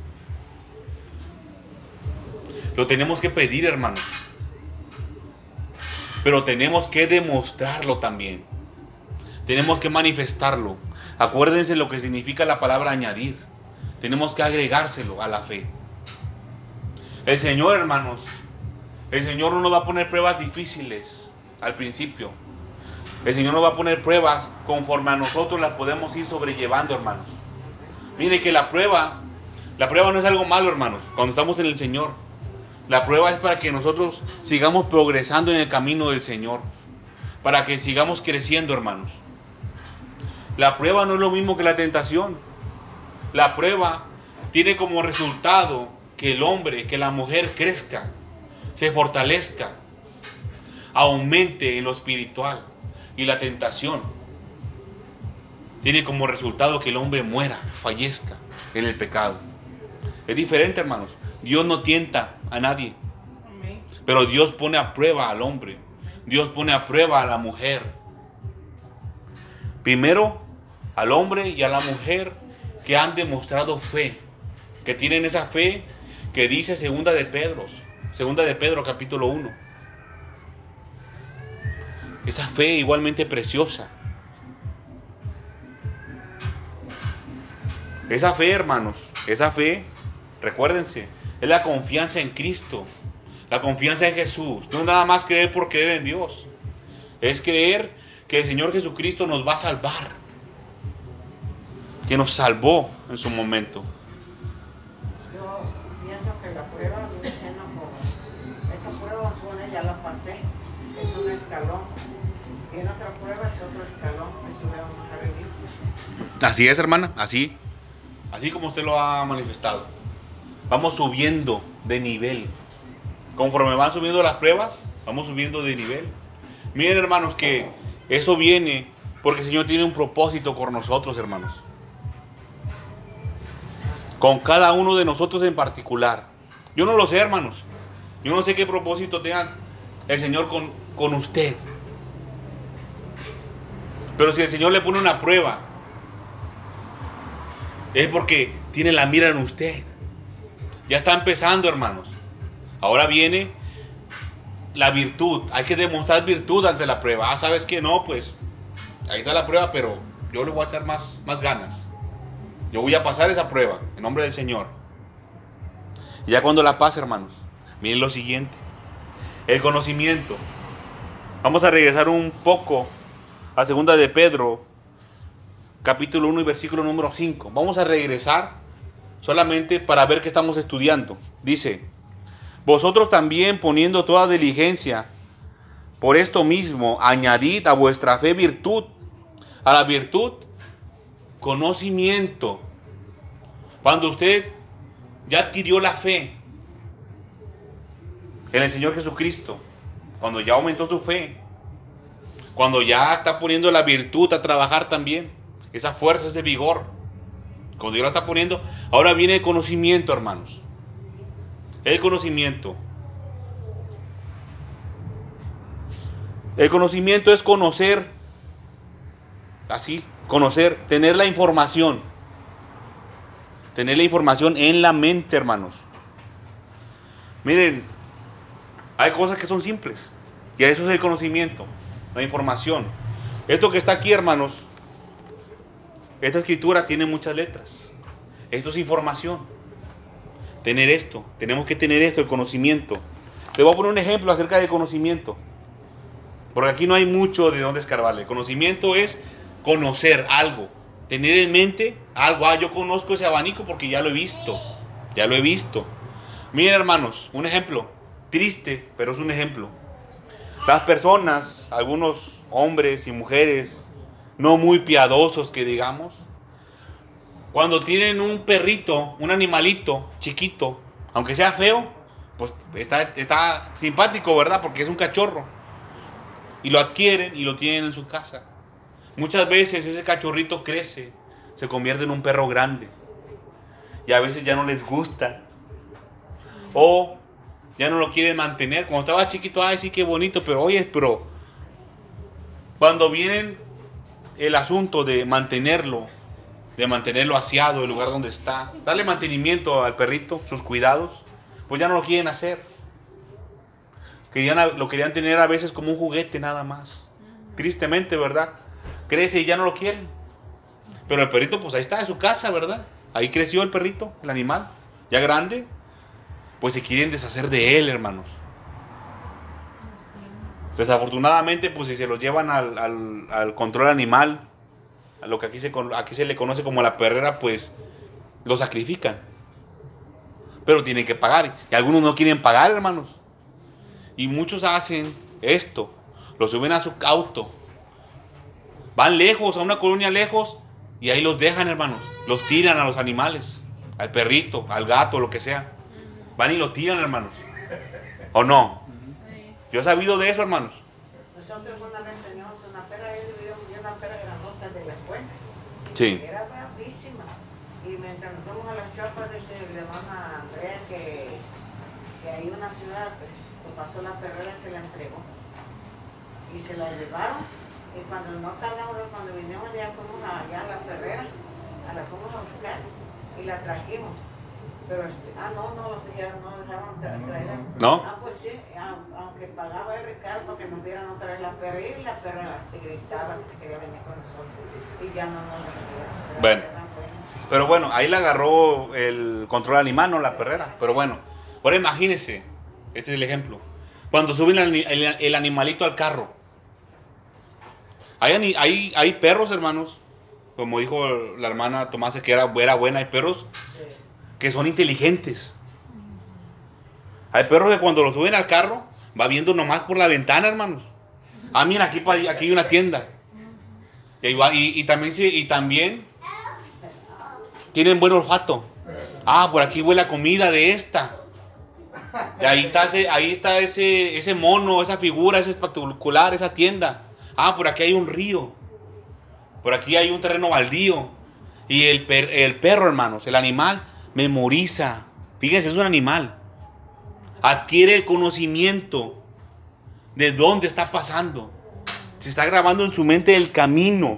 [SPEAKER 1] Lo tenemos que pedir, hermanos. Pero tenemos que demostrarlo también. Tenemos que manifestarlo. Acuérdense lo que significa la palabra añadir. Tenemos que agregárselo a la fe. El Señor, hermanos, el Señor no nos va a poner pruebas difíciles al principio. El Señor nos va a poner pruebas conforme a nosotros las podemos ir sobrellevando, hermanos. Mire que la prueba, la prueba no es algo malo, hermanos, cuando estamos en el Señor. La prueba es para que nosotros sigamos progresando en el camino del Señor. Para que sigamos creciendo, hermanos. La prueba no es lo mismo que la tentación. La prueba tiene como resultado que el hombre, que la mujer crezca, se fortalezca, aumente en lo espiritual. Y la tentación tiene como resultado que el hombre muera, fallezca en el pecado. Es diferente, hermanos. Dios no tienta a nadie. Pero Dios pone a prueba al hombre. Dios pone a prueba a la mujer. Primero al hombre y a la mujer que han demostrado fe. Que tienen esa fe que dice segunda de Pedro. Segunda de Pedro capítulo uno. Esa fe igualmente preciosa. Esa fe, hermanos, esa fe, recuérdense, es la confianza en Cristo, la confianza en Jesús. No es nada más creer por creer en Dios. Es creer que el Señor Jesucristo nos va a salvar, que nos salvó en su momento.
[SPEAKER 3] Yo pienso que la prueba viene siendo como, esta prueba una ya la pasé, es un escalón. Y en otra prueba es otro escalón que subimos más arriba.
[SPEAKER 1] Así es, hermana, así. Así como usted lo ha manifestado. Vamos subiendo de nivel. Conforme van subiendo las pruebas, vamos subiendo de nivel. Miren, hermanos, que eso viene porque el Señor tiene un propósito con nosotros, hermanos. Con cada uno de nosotros en particular. Yo no lo sé, hermanos. Yo no sé qué propósito tenga el Señor con, con usted. Pero si el Señor le pone una prueba, es porque tiene la mira en usted. Ya está empezando, hermanos. Ahora viene la virtud. Hay que demostrar virtud ante la prueba. Ah, ¿sabes qué? No, pues ahí está la prueba, pero yo le voy a echar más, más ganas. Yo voy a pasar esa prueba en nombre del Señor. Y ya cuando la pase, hermanos, miren lo siguiente. El conocimiento. Vamos a regresar un poco a segunda de Pedro, capítulo uno y versículo número cinco. Vamos a regresar solamente para ver qué estamos estudiando. Dice: vosotros también, poniendo toda diligencia, por esto mismo, añadid a vuestra fe virtud, a la virtud, conocimiento. Cuando usted ya adquirió la fe en el Señor Jesucristo, cuando ya aumentó su fe, cuando ya está poniendo la virtud a trabajar también, esa fuerza, ese vigor, cuando Dios la está poniendo, ahora viene el conocimiento, hermanos. El conocimiento. El conocimiento es conocer, así, conocer, tener la información. Tener la información en la mente, hermanos. Miren, hay cosas que son simples. Y eso es el conocimiento, la información. Esto que está aquí, hermanos, esta escritura tiene muchas letras. Esto es información. Tener esto, tenemos que tener esto, el conocimiento. Te voy a poner un ejemplo acerca del conocimiento. Porque aquí no hay mucho de dónde escarbarle. El conocimiento es conocer algo. Tener en mente algo. Ah, yo conozco ese abanico porque ya lo he visto. Ya lo he visto. Miren, hermanos, un ejemplo. Triste, pero es un ejemplo. Las personas, algunos hombres y mujeres, no muy piadosos que digamos, cuando tienen un perrito, un animalito chiquito, aunque sea feo, pues está, está simpático, ¿verdad? Porque es un cachorro. Y lo adquieren y lo tienen en su casa. Muchas veces ese cachorrito crece, se convierte en un perro grande. Y a veces ya no les gusta. O ya no lo quieren mantener. Cuando estaba chiquito, ay, sí, qué bonito, pero oye, pero cuando vienen el asunto de mantenerlo, de mantenerlo aseado el lugar donde está, darle mantenimiento al perrito, sus cuidados, pues ya no lo quieren hacer. Querían, lo querían tener a veces como un juguete nada más. Tristemente, ¿verdad? Crece y ya no lo quieren. Pero el perrito, pues ahí está, en su casa, ¿verdad? Ahí creció el perrito, el animal, ya grande. Pues se quieren deshacer de él, hermanos. Desafortunadamente, pues si se los llevan al, al, al control animal, a lo que aquí se, aquí se le conoce como la perrera, pues lo sacrifican. Pero tienen que pagar. Y algunos no quieren pagar, hermanos. Y muchos hacen esto. Lo suben a su auto. Van lejos, a una colonia lejos, y ahí los dejan, hermanos. Los tiran a los animales. Al perrito, al gato, lo que sea. Van y lo tiran, hermanos. ¿O no? Yo he sabido de eso, hermanos.
[SPEAKER 3] Nosotros una vez teníamos una perra, yo vi una perra granota de las buenas.
[SPEAKER 1] Sí.
[SPEAKER 3] Era bravísima. Y mientras nos fuimos a las chapas, dice la hermana Andrea que, que hay una ciudad que pues, pasó la perrera y se la entregó. Y se la llevaron. Y cuando no tardamos, cuando vinimos ya fuimos allá a la perrera, a la fuimos a buscar y la trajimos. Pero, este, ah, no, no, ya no dejaron tra traer.
[SPEAKER 1] ¿No?
[SPEAKER 3] Ah, pues sí, a, aunque pagaba el Ricardo para que nos dieran otra vez la perra y la perra este, gritaba que se quería venir con nosotros. Y ya no nos la dieron.
[SPEAKER 1] Bueno, pero bueno, ahí la agarró el control animal, no la perrera. Pero bueno, ahora imagínense, este es el ejemplo. Cuando suben el, el, el animalito al carro. Hay, hay, hay perros, hermanos, como dijo la hermana Tomasa que era, era buena, hay perros que son inteligentes. Hay perros que cuando lo suben al carro, va viendo nomás por la ventana, hermanos. Ah, mira, aquí, aquí hay una tienda. Y, ahí va, y, y, también, y también tienen buen olfato. Ah, por aquí huele la comida de esta. Y ahí está, ese, ahí está ese, ese mono, esa figura, ese espectacular, esa tienda. Ah, por aquí hay un río. Por aquí hay un terreno baldío. Y el, per, el perro, hermanos, el animal, memoriza. Fíjense, es un animal. Adquiere el conocimiento de dónde está pasando. Se está grabando en su mente el camino.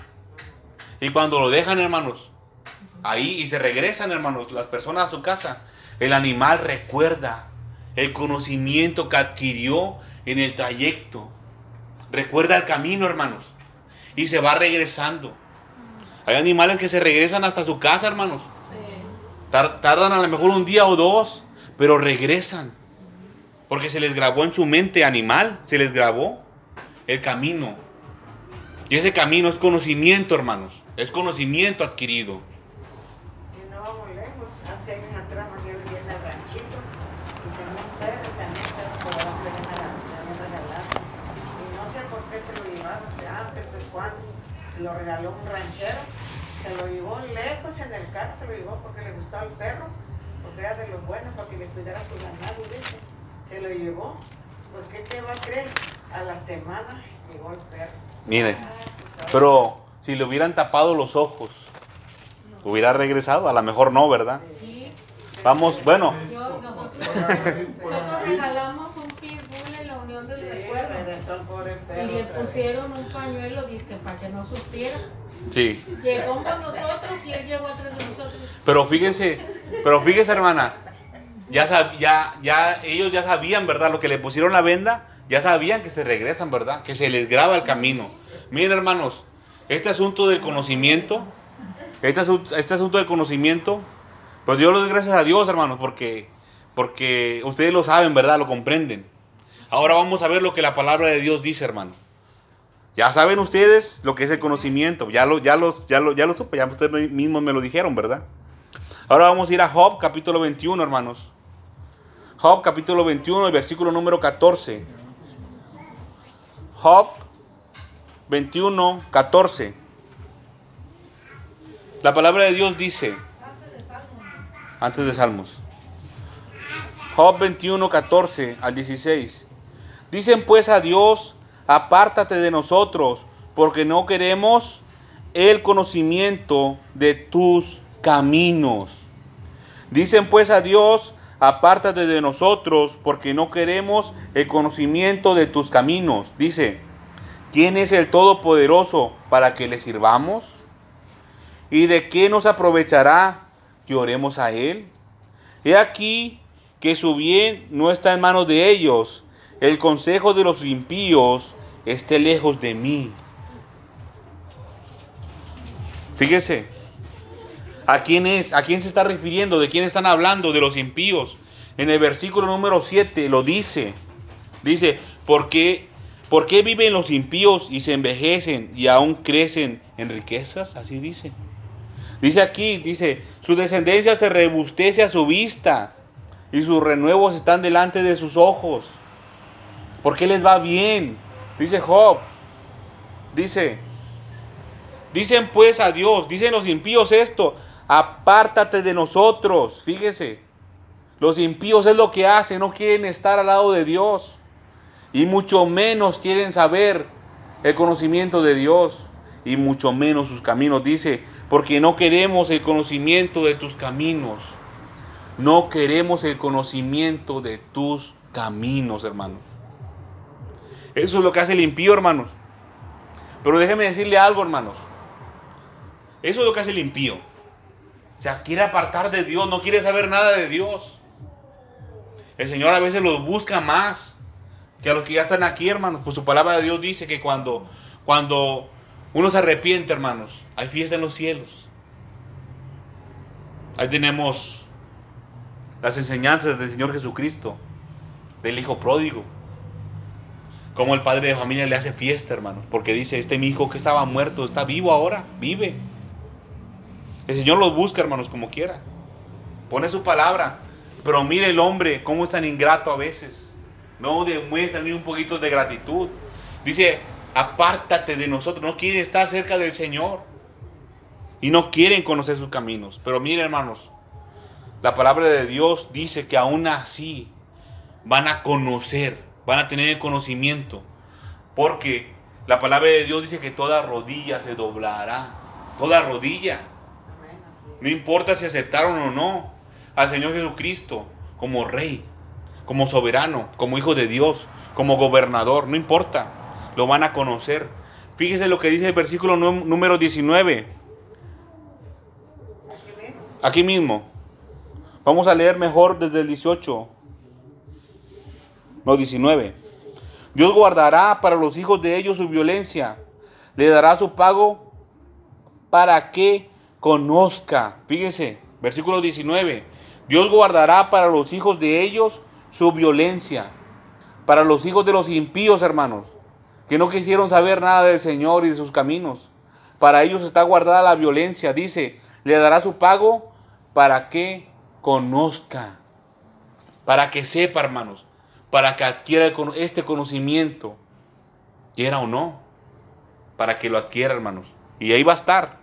[SPEAKER 1] Y cuando lo dejan, hermanos, ahí y se regresan, hermanos, las personas a su casa, el animal recuerda el conocimiento que adquirió en el trayecto. Recuerda el camino, hermanos. Y se va regresando. Hay animales que se regresan hasta su casa, hermanos. Tardan a lo mejor un día o dos, pero regresan. Porque se les grabó en su mente animal, se les grabó el camino. Y ese camino es conocimiento, hermanos. Es conocimiento adquirido.
[SPEAKER 3] Y no vamos lejos. Hace años atrás yo vivía en el ranchito y tenía un perro también, pero por abajo me habían regalado. Y no sé por qué se lo llevaron, o sea, antes de cuando se lo regaló un ranchero. Se lo llevó lejos en el carro, se lo llevó porque le gustaba el perro, porque era de los buenos, para que le cuidara su ganado, dice. Se lo llevó. ¿Por qué te va a creer? A la semana llegó el perro.
[SPEAKER 1] Mire, pero si le hubieran tapado los ojos, hubiera regresado. A lo mejor no, ¿verdad?
[SPEAKER 5] Sí.
[SPEAKER 1] Vamos, bueno.
[SPEAKER 5] Yo, nosotros, nosotros regalamos un pitbull en la unión del
[SPEAKER 3] Sí,
[SPEAKER 5] recuerdo.
[SPEAKER 3] regresó el pobre perro
[SPEAKER 5] Y le
[SPEAKER 3] otra vez.
[SPEAKER 5] pusieron un pañuelo, dizque para que no supiera.
[SPEAKER 1] Sí.
[SPEAKER 5] Llegó con nosotros y él llegó atrás de nosotros.
[SPEAKER 1] Pero fíjense, pero fíjense, hermana. Ya, sab, ya, ya, ellos ya sabían, ¿verdad? Lo que le pusieron la venda, ya sabían que se regresan, ¿verdad? Que se les graba el camino. Miren, hermanos, este asunto del conocimiento Este asunto, este asunto del conocimiento, pues yo le doy gracias a Dios, hermanos, porque, porque ustedes lo saben, ¿verdad? Lo comprenden. Ahora vamos a ver lo que la palabra de Dios dice, hermano. Ya saben ustedes lo que es el conocimiento. Ya lo, ya los, ya lo, ya lo supe, ya ustedes mismos me lo dijeron, ¿verdad? Ahora vamos a ir a Job, capítulo veintiuno, hermanos. Job, capítulo veintiuno, el versículo número catorce. Job veintiuno, catorce. La palabra de Dios dice, antes de Salmos, Job veintiuno, catorce al dieciséis. Dicen pues a Dios, apártate de nosotros, porque no queremos el conocimiento de tus caminos. Dicen pues a Dios, apártate de nosotros, porque no queremos el conocimiento de tus caminos. Dice, ¿quién es el Todopoderoso para que le sirvamos? ¿Y de qué nos aprovechará que oremos a Él? He aquí que su bien no está en manos de ellos. El consejo de los impíos esté lejos de mí. Fíjese, ¿a quién es? ¿A quién se está refiriendo? ¿De quién están hablando? De los impíos. En el versículo número siete lo dice. Dice, ¿por qué, ¿por qué viven los impíos y se envejecen y aún crecen en riquezas? Así dice. Dice aquí, dice, su descendencia se rebustece a su vista y sus renuevos están delante de sus ojos. ¿Por qué les va bien? Dice Job. Dice, dicen pues a Dios, dicen los impíos esto, apártate de nosotros. Fíjese, los impíos es lo que hacen, no quieren estar al lado de Dios. Y mucho menos quieren saber el conocimiento de Dios. Y mucho menos sus caminos. Dice, porque no queremos el conocimiento de tus caminos. No queremos el conocimiento de tus caminos, hermanos. Eso es lo que hace el impío, hermanos. Pero déjeme decirle algo, hermanos. Eso es lo que hace el impío. O sea, quiere apartar de Dios, no quiere saber nada de Dios. El Señor a veces los busca más que a los que ya están aquí, hermanos. Pues su palabra de Dios dice que cuando, cuando uno se arrepiente, hermanos, hay fiesta en los cielos. Ahí tenemos las enseñanzas del Señor Jesucristo, del Hijo pródigo. Como el padre de familia le hace fiesta, hermanos, porque dice, este mi hijo que estaba muerto está vivo ahora, vive. El Señor los busca, hermanos, como quiera. Pone su palabra. Pero mire el hombre cómo es tan ingrato a veces. No demuestra ni un poquito de gratitud. Dice, apártate de nosotros. No quiere estar cerca del Señor. Y no quieren conocer sus caminos. Pero mire, hermanos, la palabra de Dios dice que aún así van a conocer, van a tener el conocimiento. Porque la palabra de Dios dice que toda rodilla se doblará. Toda rodilla. No importa si aceptaron o no al Señor Jesucristo como Rey, como soberano, como Hijo de Dios, como gobernador. No importa. Lo van a conocer. Fíjese lo que dice el versículo número diecinueve. Aquí mismo. Vamos a leer mejor desde el dieciocho. No, diecinueve. Dios guardará para los hijos de ellos su violencia. Le dará su pago para que conozca. Fíjense, versículo diecinueve. Dios guardará para los hijos de ellos su violencia. Para los hijos de los impíos, hermanos, que no quisieron saber nada del Señor y de sus caminos. Para ellos está guardada la violencia. Dice, le dará su pago para que conozca. Para que sepa, hermanos. Para que adquiera este conocimiento. Quiera o no. Para que lo adquiera, hermanos. Y ahí va a estar.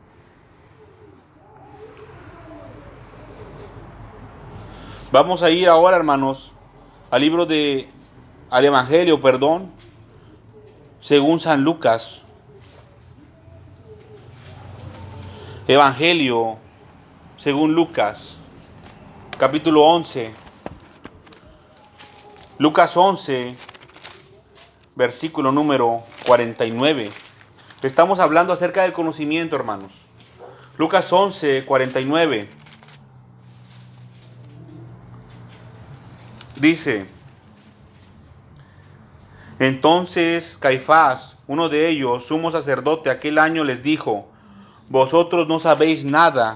[SPEAKER 1] Vamos a ir ahora, hermanos, al libro de, al Evangelio, perdón, según San Lucas. Evangelio, según Lucas, capítulo once. Lucas once, versículo número cuarenta y nueve. Estamos hablando acerca del conocimiento, hermanos. Lucas once, cuarenta y nueve. Dice, entonces Caifás, uno de ellos, sumo sacerdote, aquel año les dijo, vosotros no sabéis nada,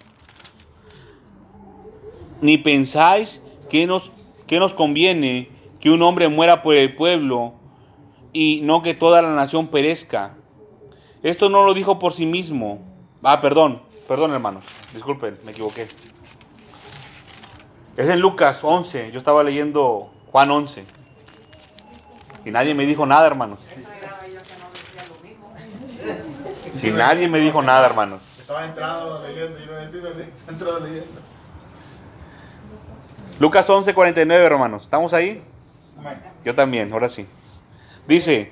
[SPEAKER 1] ni pensáis que nos, que nos conviene que un hombre muera por el pueblo y no que toda la nación perezca. Esto no lo dijo por sí mismo. Ah, perdón, perdón hermanos, disculpen, me equivoqué. Es en Lucas once, yo estaba leyendo Juan once. Y nadie me dijo nada, hermanos. Y nadie me dijo nada, hermanos.
[SPEAKER 4] Estaba entrado leyendo, yo no decía, estaba entrado leyendo.
[SPEAKER 1] Lucas once, cuarenta y nueve, hermanos. ¿Estamos ahí? Yo también, ahora sí. Dice,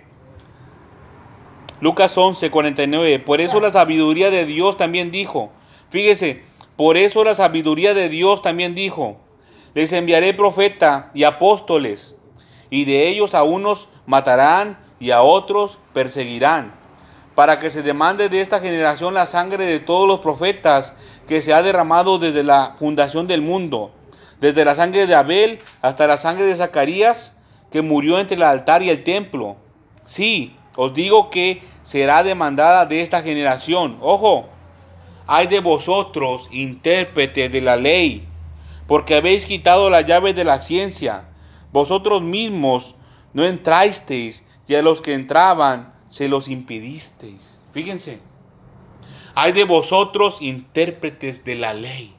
[SPEAKER 1] Lucas once, cuarenta y nueve, por eso la sabiduría de Dios también dijo, fíjese, por eso la sabiduría de Dios también dijo, les enviaré profeta y apóstoles, y de ellos a unos matarán y a otros perseguirán, para que se demande de esta generación la sangre de todos los profetas que se ha derramado desde la fundación del mundo, desde la sangre de Abel hasta la sangre de Zacarías, que murió entre el altar y el templo. Sí, os digo que será demandada de esta generación. Ojo, hay de vosotros, intérpretes de la ley, porque habéis quitado las llaves de la ciencia. Vosotros mismos no entrasteis, y a los que entraban se los impedisteis. Fíjense, hay de vosotros, intérpretes de la ley.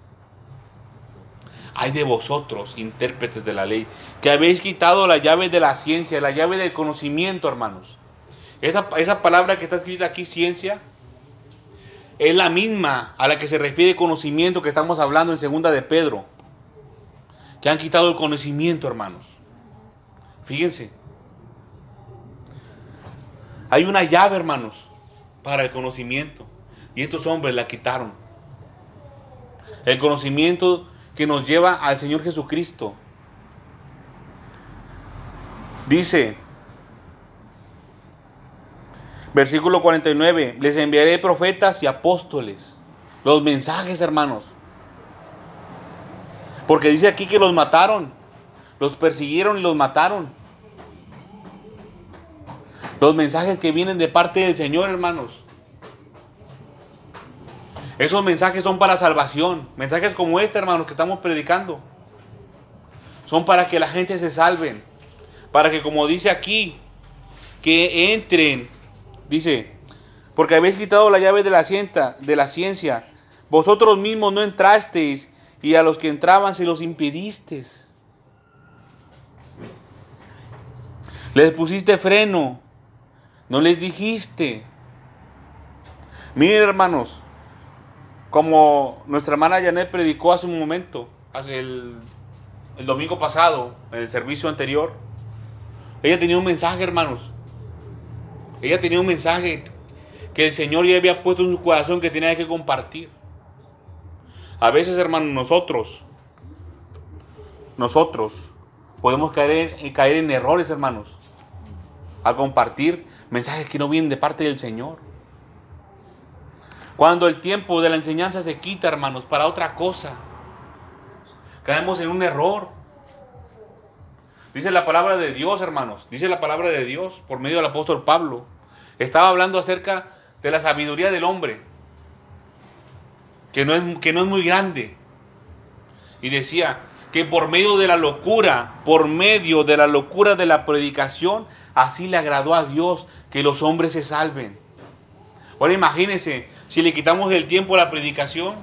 [SPEAKER 1] Hay de vosotros, intérpretes de la ley, que habéis quitado la llave de la ciencia, la llave del conocimiento, hermanos. Esa, esa palabra que está escrita aquí, ciencia, es la misma a la que se refiere conocimiento que estamos hablando en segunda de Pedro. Que han quitado el conocimiento, hermanos. Fíjense. Hay una llave, hermanos, para el conocimiento. Y estos hombres la quitaron. El conocimiento que nos lleva al Señor Jesucristo. Dice, versículo cuarenta y nueve, les enviaré profetas y apóstoles. Los mensajes, hermanos. Porque dice aquí que los mataron, los persiguieron y los mataron. Los mensajes que vienen de parte del Señor, hermanos. Esos mensajes son para salvación. Mensajes como este, hermanos, que estamos predicando. Son para que la gente se salven. Para que, como dice aquí, que entren. Dice, porque habéis quitado la llave de la ciencia, de la ciencia. Vosotros mismos no entrasteis, y a los que entraban se los impedisteis. Les pusiste freno. No les dijiste. Miren, hermanos, como nuestra hermana Janet predicó hace un momento, hace el, el domingo pasado, en el servicio anterior, ella tenía un mensaje, hermanos. Ella tenía un mensaje que el Señor ya había puesto en su corazón que tenía que compartir. A veces, hermanos, nosotros, nosotros podemos caer en, caer en errores, hermanos, al compartir mensajes que no vienen de parte del Señor. Cuando el tiempo de la enseñanza se quita, hermanos, para otra cosa, caemos en un error. Dice la palabra de Dios, hermanos, dice la palabra de Dios por medio del apóstol Pablo. Estaba hablando acerca de la sabiduría del hombre, que no es, que no es muy grande. Y decía que por medio de la locura, por medio de la locura de la predicación, así le agradó a Dios que los hombres se salven. Ahora imagínense, si le quitamos el tiempo a la predicación,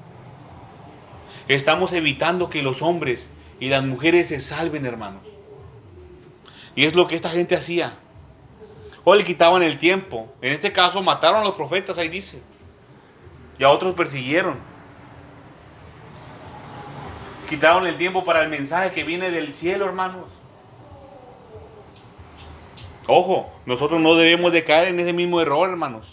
[SPEAKER 1] estamos evitando que los hombres y las mujeres se salven, hermanos. Y es lo que esta gente hacía. O le quitaban el tiempo. En este caso mataron a los profetas, ahí dice. Y a otros persiguieron. Quitaron el tiempo para el mensaje que viene del cielo, hermanos. Ojo, nosotros no debemos de caer en ese mismo error, hermanos.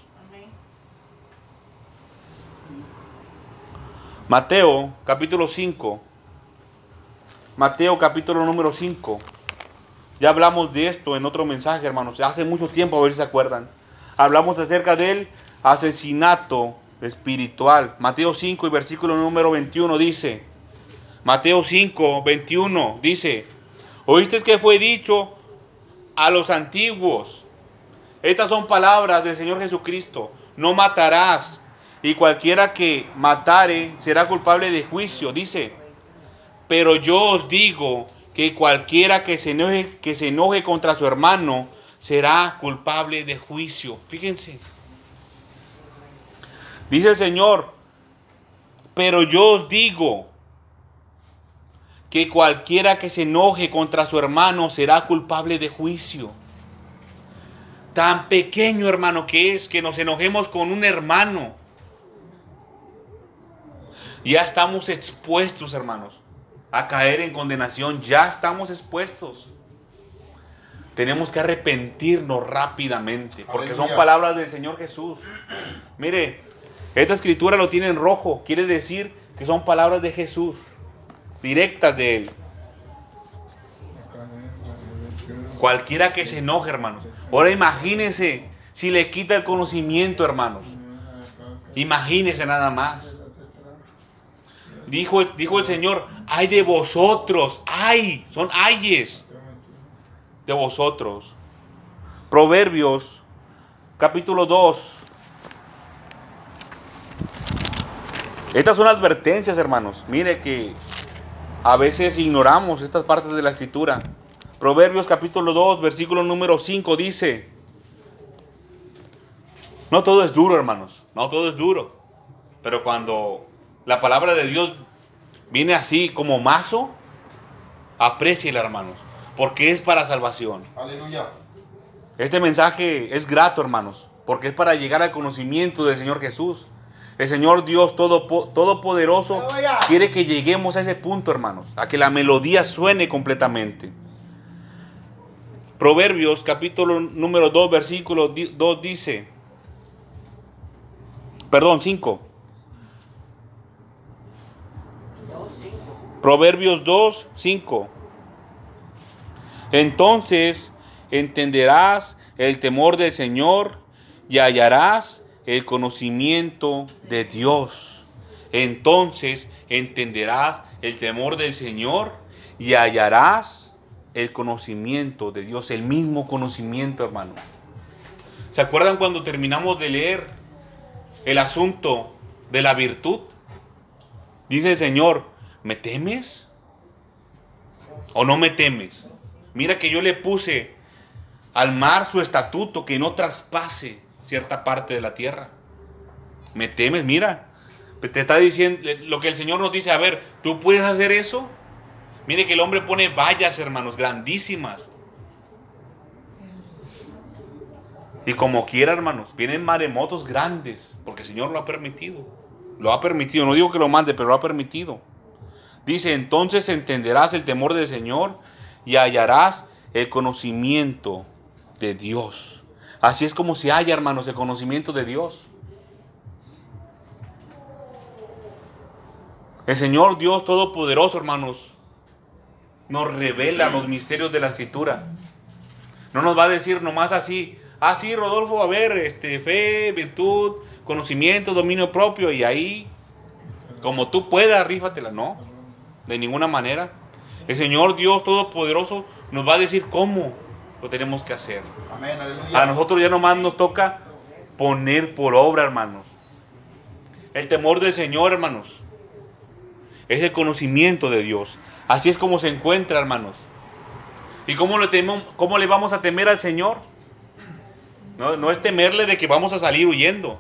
[SPEAKER 1] Mateo capítulo cinco. Mateo capítulo número cinco. Ya hablamos de esto en otro mensaje, hermanos. Hace mucho tiempo, a ver si se acuerdan. Hablamos acerca del asesinato espiritual. Mateo cinco y versículo número veintiuno dice. Mateo cinco, veintiuno dice. ¿Oíste que fue dicho a los antiguos? Estas son palabras del Señor Jesucristo. no matarás, y cualquiera que matare será culpable de juicio. Dice, pero yo os digo que cualquiera que se enoje, que se enoje contra su hermano será culpable de juicio. Fíjense. Dice el Señor, pero yo os digo que cualquiera que se enoje contra su hermano será culpable de juicio. Tan pequeño, hermano, que es que nos enojemos con un hermano. Ya estamos expuestos, hermanos, a caer en condenación. Ya estamos expuestos. Tenemos que arrepentirnos rápidamente, porque
[SPEAKER 4] Aleluya.
[SPEAKER 1] son palabras del Señor Jesús. Mire, esta escritura lo tiene en rojo. Quiere decir que son palabras de Jesús, directas de Él. Cualquiera que se enoje, hermanos. Ahora imagínense si le quita el conocimiento, hermanos. Imagínense nada más. Dijo, dijo el Señor, ay de vosotros, ay, son ayes de vosotros. Proverbios, capítulo dos. Estas son advertencias, hermanos. Mire que a veces ignoramos estas partes de la escritura. Proverbios capítulo dos, versículo número cinco dice, no todo es duro, hermanos, no todo es duro, pero cuando la palabra de Dios viene así como mazo, apréciela, hermanos, porque es para salvación.
[SPEAKER 4] Aleluya.
[SPEAKER 1] Este mensaje es grato, hermanos, porque es para llegar al conocimiento del Señor Jesús. El Señor Dios todo, Todopoderoso quiere que lleguemos a ese punto, hermanos, a que la melodía suene completamente. Proverbios capítulo número dos, versículo dos dice, perdón, cinco. Proverbios dos, cinco. Entonces entenderás el temor del Señor y hallarás el conocimiento de Dios. Entonces entenderás el temor del Señor y hallarás el conocimiento de Dios, el mismo conocimiento, hermano. ¿Se acuerdan cuando terminamos de leer el asunto de la virtud? Dice el Señor, ¿me temes o no me temes? Mira que yo le puse al mar su estatuto, que no traspase cierta parte de la tierra. ¿Me temes? Mira, te está diciendo lo que el Señor nos dice. A ver, ¿tú puedes hacer eso? Mire que el hombre pone vallas, hermanos, grandísimas. Y como quiera, hermanos, vienen maremotos grandes, porque el Señor lo ha permitido. Lo ha permitido, no digo que lo mande, pero lo ha permitido. Dice, entonces entenderás el temor del Señor y hallarás el conocimiento de Dios. Así es como se halla, hermanos, el conocimiento de Dios. El Señor Dios Todopoderoso, hermanos, nos revela los misterios de la Escritura. No nos va a decir nomás así, ah, sí, Rodolfo, a ver, este, fe, virtud, conocimiento, dominio propio, y ahí, como tú puedas, rífatela. No, de ninguna manera. El Señor Dios Todopoderoso nos va a decir cómo lo tenemos que hacer.
[SPEAKER 4] Amén, aleluya.
[SPEAKER 1] A nosotros ya nomás nos toca poner por obra, hermanos. El temor del Señor, hermanos, es el conocimiento de Dios. Así es como se encuentra, hermanos. ¿Y cómo le, tememos, cómo le vamos a temer al Señor? No, no es temerle de que vamos a salir huyendo.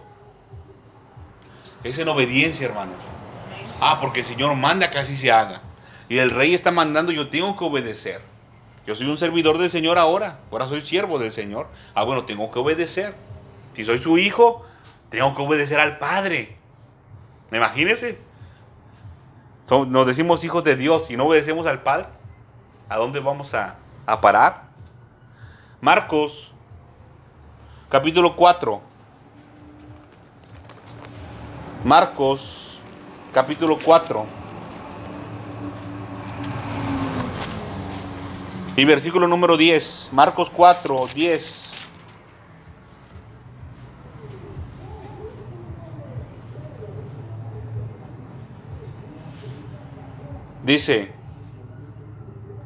[SPEAKER 1] Es en obediencia, hermanos. Ah, porque el Señor manda que así se haga. Y el Rey está mandando, yo tengo que obedecer. Yo soy un servidor del Señor ahora. Ahora soy siervo del Señor. Ah, bueno, tengo que obedecer. Si soy su hijo, tengo que obedecer al Padre. Imagínense. Nos decimos hijos de Dios y no obedecemos al Padre. ¿A dónde vamos a, a parar? Marcos, capítulo cuatro. Marcos, capítulo cuatro. Y versículo número diez. Marcos cuatro, diez. Dice,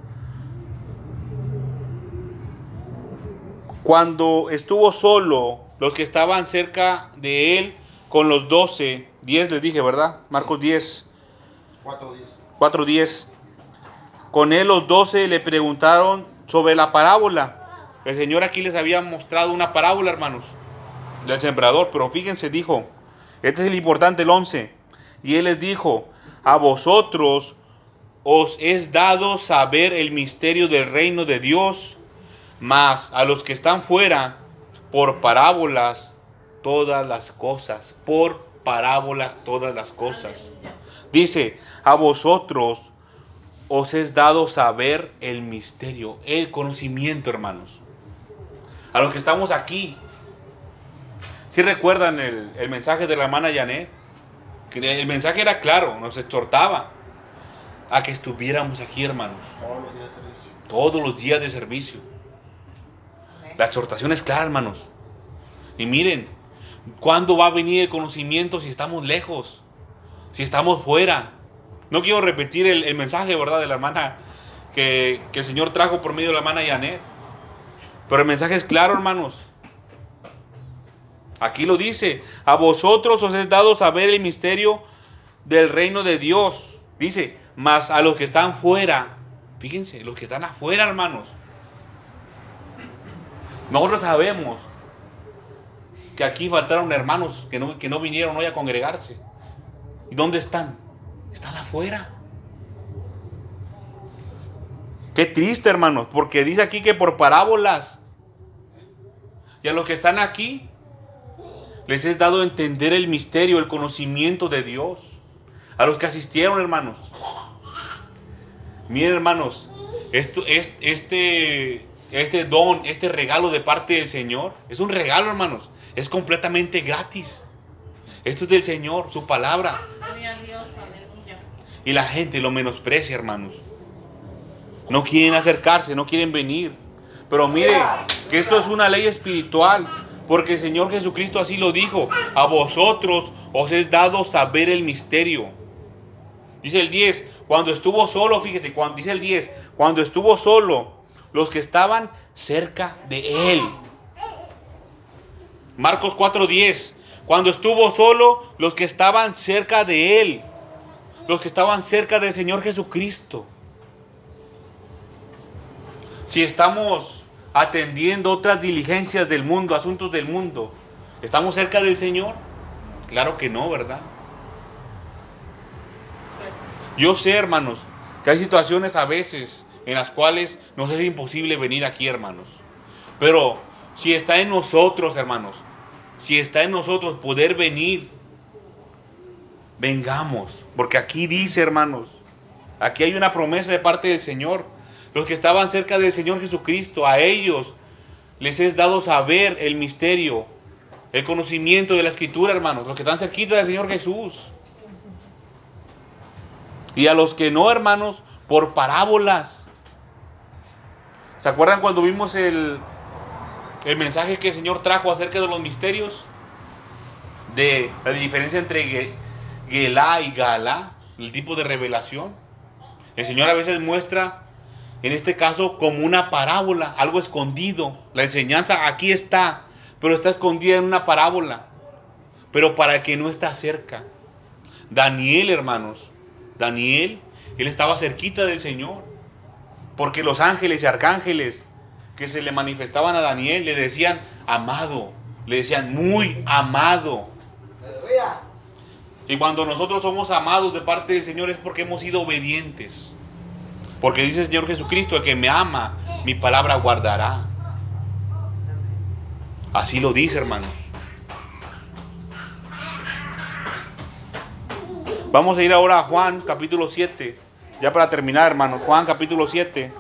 [SPEAKER 1] cuando estuvo solo los que estaban cerca de él con los doce, diez les dije, ¿verdad? Marcos diez.
[SPEAKER 4] cuatro diez.
[SPEAKER 1] cuatro diez. Con él los doce le preguntaron sobre la parábola. El Señor aquí les había mostrado una parábola, hermanos, del sembrador, pero fíjense, dijo, este es el importante, el once. Y él les dijo, a vosotros os es dado saber el misterio del reino de Dios, mas a los que están fuera, por parábolas todas las cosas, por parábolas todas las cosas. Dice, a vosotros os es dado saber el misterio, el conocimiento, hermanos. A los que estamos aquí, ¿sí recuerdan el, el mensaje de la hermana Janet? Que el mensaje era claro, nos exhortaba a que estuviéramos aquí, hermanos.
[SPEAKER 4] Todos los días de servicio.
[SPEAKER 1] Todos los días de servicio. La exhortación es clara, hermanos. Y miren, ¿cuándo va a venir el conocimiento si estamos lejos? Si estamos fuera. No quiero repetir el, el mensaje, ¿verdad?, de la hermana que, que el Señor trajo por medio de la hermana Janet. Pero el mensaje es claro, hermanos. Aquí lo dice, a vosotros os es dado saber el misterio del reino de Dios. Dice, mas a los que están fuera, fíjense, los que están afuera, hermanos. Nosotros sabemos que aquí faltaron hermanos que no, que no vinieron hoy a congregarse. ¿Y dónde están? Están afuera. Qué triste, hermanos, porque dice aquí que por parábolas. Y a los que están aquí les es dado entender el misterio, el conocimiento de Dios. A los que asistieron, hermanos. Miren, hermanos, esto, este, este don, este regalo de parte del Señor, es un regalo, hermanos. Es completamente gratis. Esto es del Señor, su palabra. Y la gente lo menosprecia, hermanos. No quieren acercarse, no quieren venir. Pero mire, que esto es una ley espiritual. Porque el Señor Jesucristo así lo dijo. A vosotros os es dado saber el misterio. Dice el diez, cuando estuvo solo, fíjese, cuando, dice el diez, cuando estuvo solo, los que estaban cerca de él. Marcos cuatro diez, cuando estuvo solo, los que estaban cerca de él. Los que estaban cerca del Señor Jesucristo. Si estamos atendiendo otras diligencias del mundo, asuntos del mundo, ¿estamos cerca del Señor? Claro que no, ¿verdad? Yo sé, hermanos, que hay situaciones a veces en las cuales nos es imposible venir aquí, hermanos. Pero si está en nosotros, hermanos, si está en nosotros poder venir, vengamos. Porque aquí dice, hermanos, aquí hay una promesa de parte del Señor. Los que estaban cerca del Señor Jesucristo, a ellos les es dado saber el misterio, el conocimiento de la Escritura, hermanos. Los que están cerquita del Señor Jesús. Y a los que no, hermanos, por parábolas. ¿Se acuerdan cuando vimos el, el mensaje que el Señor trajo acerca de los misterios? De la diferencia entre Gelá y Galá, el tipo de revelación. El Señor a veces muestra, en este caso, como una parábola, algo escondido. La enseñanza aquí está, pero está escondida en una parábola. Pero para el que no está cerca. Daniel, hermanos, Daniel, él estaba cerquita del Señor. Porque los ángeles y arcángeles que se le manifestaban a Daniel le decían amado, le decían muy amado. Y cuando nosotros somos amados de parte del Señor es porque hemos sido obedientes. Porque dice el Señor Jesucristo, el que me ama, mi palabra guardará. Así lo dice, hermanos. Vamos a ir ahora a Juan capítulo siete. Ya para terminar, hermanos. Juan capítulo siete.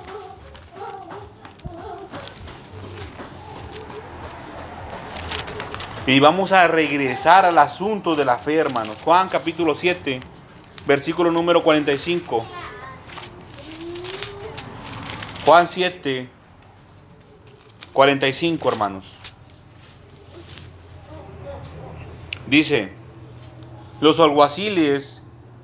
[SPEAKER 1] Y vamos a regresar al asunto de la fe, hermanos. Juan capítulo siete, versículo número cuarenta y cinco. Juan siete, cuarenta y cinco, hermanos. Dice, los alguaciles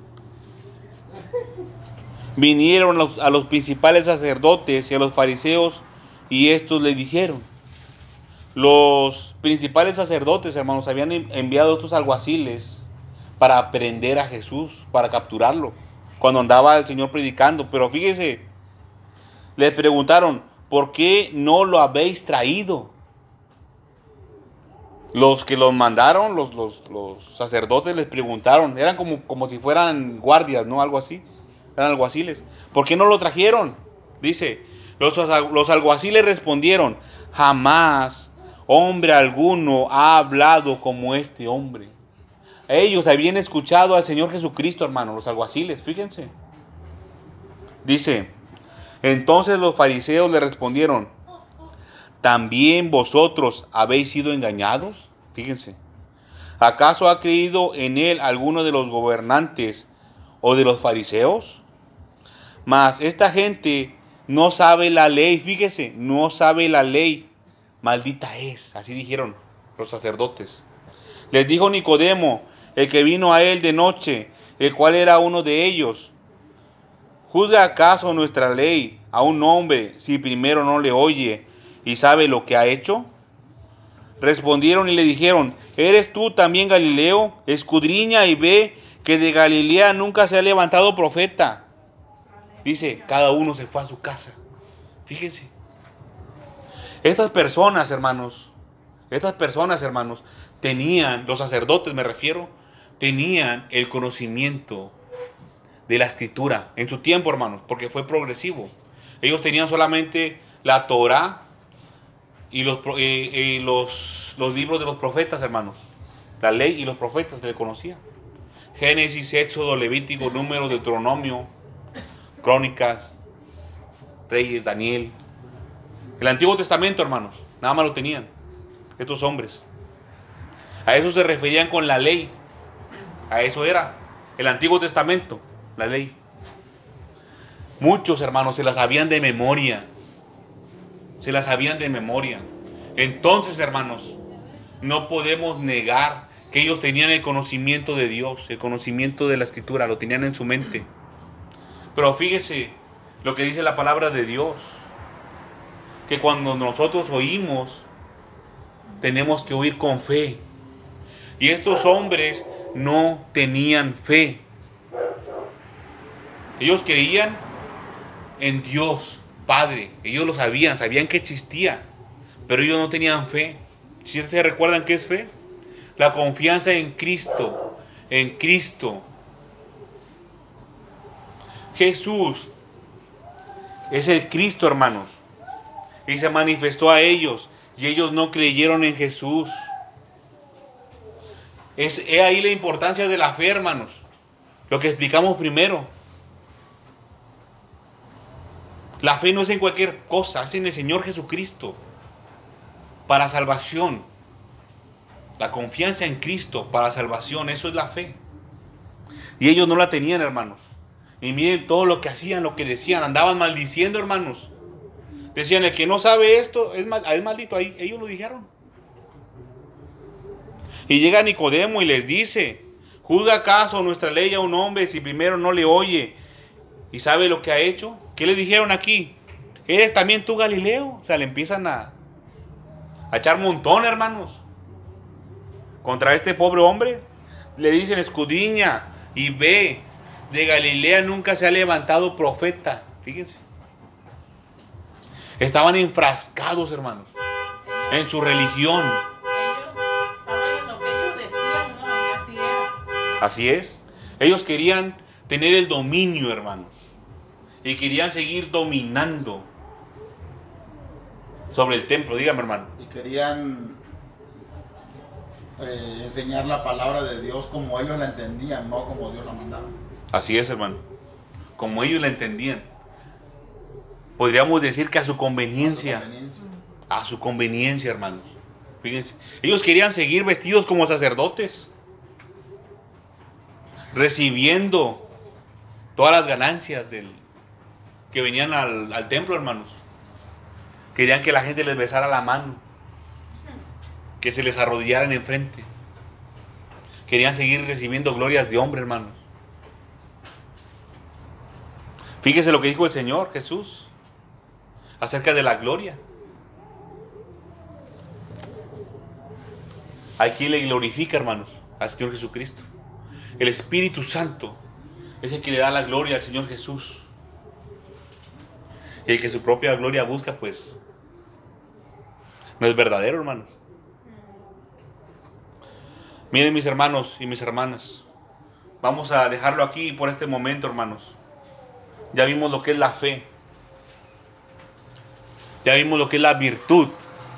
[SPEAKER 1] vinieron a los, a los principales sacerdotes y a los fariseos, y estos le dijeron, Los principales sacerdotes, hermanos, habían enviado a estos alguaciles para prender a Jesús, para capturarlo, cuando andaba el Señor predicando. Pero fíjese, les preguntaron, ¿por qué no lo habéis traído? Los que los mandaron, los, los, los sacerdotes les preguntaron, eran como, como si fueran guardias, ¿no? Algo así, eran alguaciles. ¿Por qué no lo trajeron? Dice, los, los alguaciles respondieron, jamás hombre alguno ha hablado como este hombre. Ellos habían escuchado al Señor Jesucristo, hermano, los alguaciles, fíjense. Dice, entonces los fariseos le respondieron, ¿también vosotros habéis sido engañados? Fíjense, ¿acaso ha creído en él alguno de los gobernantes o de los fariseos? Mas esta gente no sabe la ley, fíjese, no sabe la ley. Maldita es, así dijeron los sacerdotes. Les dijo Nicodemo, el que vino a él de noche, el cual era uno de ellos, ¿juzga acaso nuestra ley a un hombre si primero no le oye y sabe lo que ha hecho? Respondieron y le dijeron, ¿eres tú también Galileo? Escudriña y ve que de Galilea nunca se ha levantado profeta. Dice, cada uno se fue a su casa. Fíjense. Estas personas, hermanos, estas personas, hermanos, tenían, los sacerdotes me refiero, tenían el conocimiento de la escritura en su tiempo, hermanos, porque fue progresivo. Ellos tenían solamente la Torá y los, eh, eh, los, los libros de los profetas, hermanos. La ley y los profetas se le conocían. Génesis, Éxodo, Levítico, Número, Deuteronomio, Crónicas, Reyes, Daniel. El Antiguo Testamento, hermanos, nada más lo tenían estos hombres. A eso se referían con la ley. A eso era el Antiguo Testamento, la ley. Muchos, hermanos, se las sabían de memoria. Se las sabían de memoria. Entonces, hermanos, no podemos negar que ellos tenían el conocimiento de Dios, el conocimiento de la Escritura, lo tenían en su mente. Pero fíjese lo que dice la palabra de Dios, que cuando nosotros oímos, tenemos que oír con fe. Y estos hombres no tenían fe. Ellos creían en Dios Padre. Ellos lo sabían, sabían que existía, pero ellos no tenían fe. ¿Sí se recuerdan qué es fe? La confianza en Cristo, en Cristo. Jesús es el Cristo, hermanos, y se manifestó a ellos, y ellos no creyeron en Jesús. Es, es ahí la importancia de la fe, hermanos, lo que explicamos primero. La fe no es en cualquier cosa, es en el Señor Jesucristo para salvación. La confianza en Cristo para salvación, eso es la fe. Y ellos no la tenían, hermanos. Y miren todo lo que hacían, lo que decían, andaban maldiciendo, hermanos. Decían, el que no sabe esto es, mal, es maldito. Ahí, ellos lo dijeron. Y llega Nicodemo y les dice, ¿juzga acaso nuestra ley a un hombre si primero no le oye y sabe lo que ha hecho? ¿Qué le dijeron aquí? ¿Eres también tú Galileo? O sea, le empiezan a, a echar montón, hermanos, contra este pobre hombre. Le dicen, escudriña y ve, de Galilea nunca se ha levantado profeta. Fíjense. Estaban enfrascados, hermanos, en su religión. Así es. Ellos querían tener el dominio, hermanos. Y querían seguir dominando sobre el templo. Dígame, hermano.
[SPEAKER 4] Y querían eh, enseñar la palabra de Dios como ellos la entendían, no como Dios la mandaba.
[SPEAKER 1] Así es, hermano. Como ellos la entendían. Podríamos decir que a su conveniencia. A su conveniencia, a su conveniencia, hermanos. Fíjense. Ellos querían seguir vestidos como sacerdotes, recibiendo todas las ganancias del, que venían al, al templo, hermanos. Querían que la gente les besara la mano, que se les arrodillaran enfrente. Querían seguir recibiendo glorias de hombre, hermanos. Fíjese lo que dijo el Señor Jesús acerca de la gloria. Hay quien le glorifica, hermanos, al Señor Jesucristo. El Espíritu Santo es el que le da la gloria al Señor Jesús. Y el que su propia gloria busca, pues, no es verdadero, hermanos. Miren, mis hermanos y mis hermanas, vamos a dejarlo aquí por este momento, hermanos. Ya vimos lo que es la fe. Ya vimos lo que es la virtud.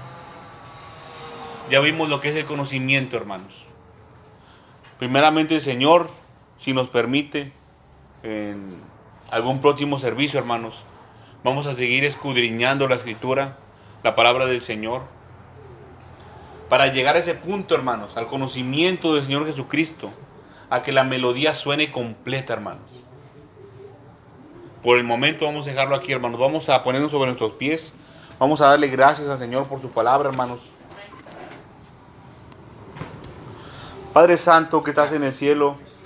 [SPEAKER 1] Ya vimos lo que es el conocimiento, hermanos. Primeramente el Señor, si nos permite, en algún próximo servicio, hermanos, vamos a seguir escudriñando la Escritura, la palabra del Señor, para llegar a ese punto, hermanos, al conocimiento del Señor Jesucristo, a que la melodía suene completa, hermanos. Por el momento vamos a dejarlo aquí, hermanos. Vamos a ponernos sobre nuestros pies. Vamos a darle gracias al Señor por su palabra, hermanos. Padre Santo que estás en el cielo,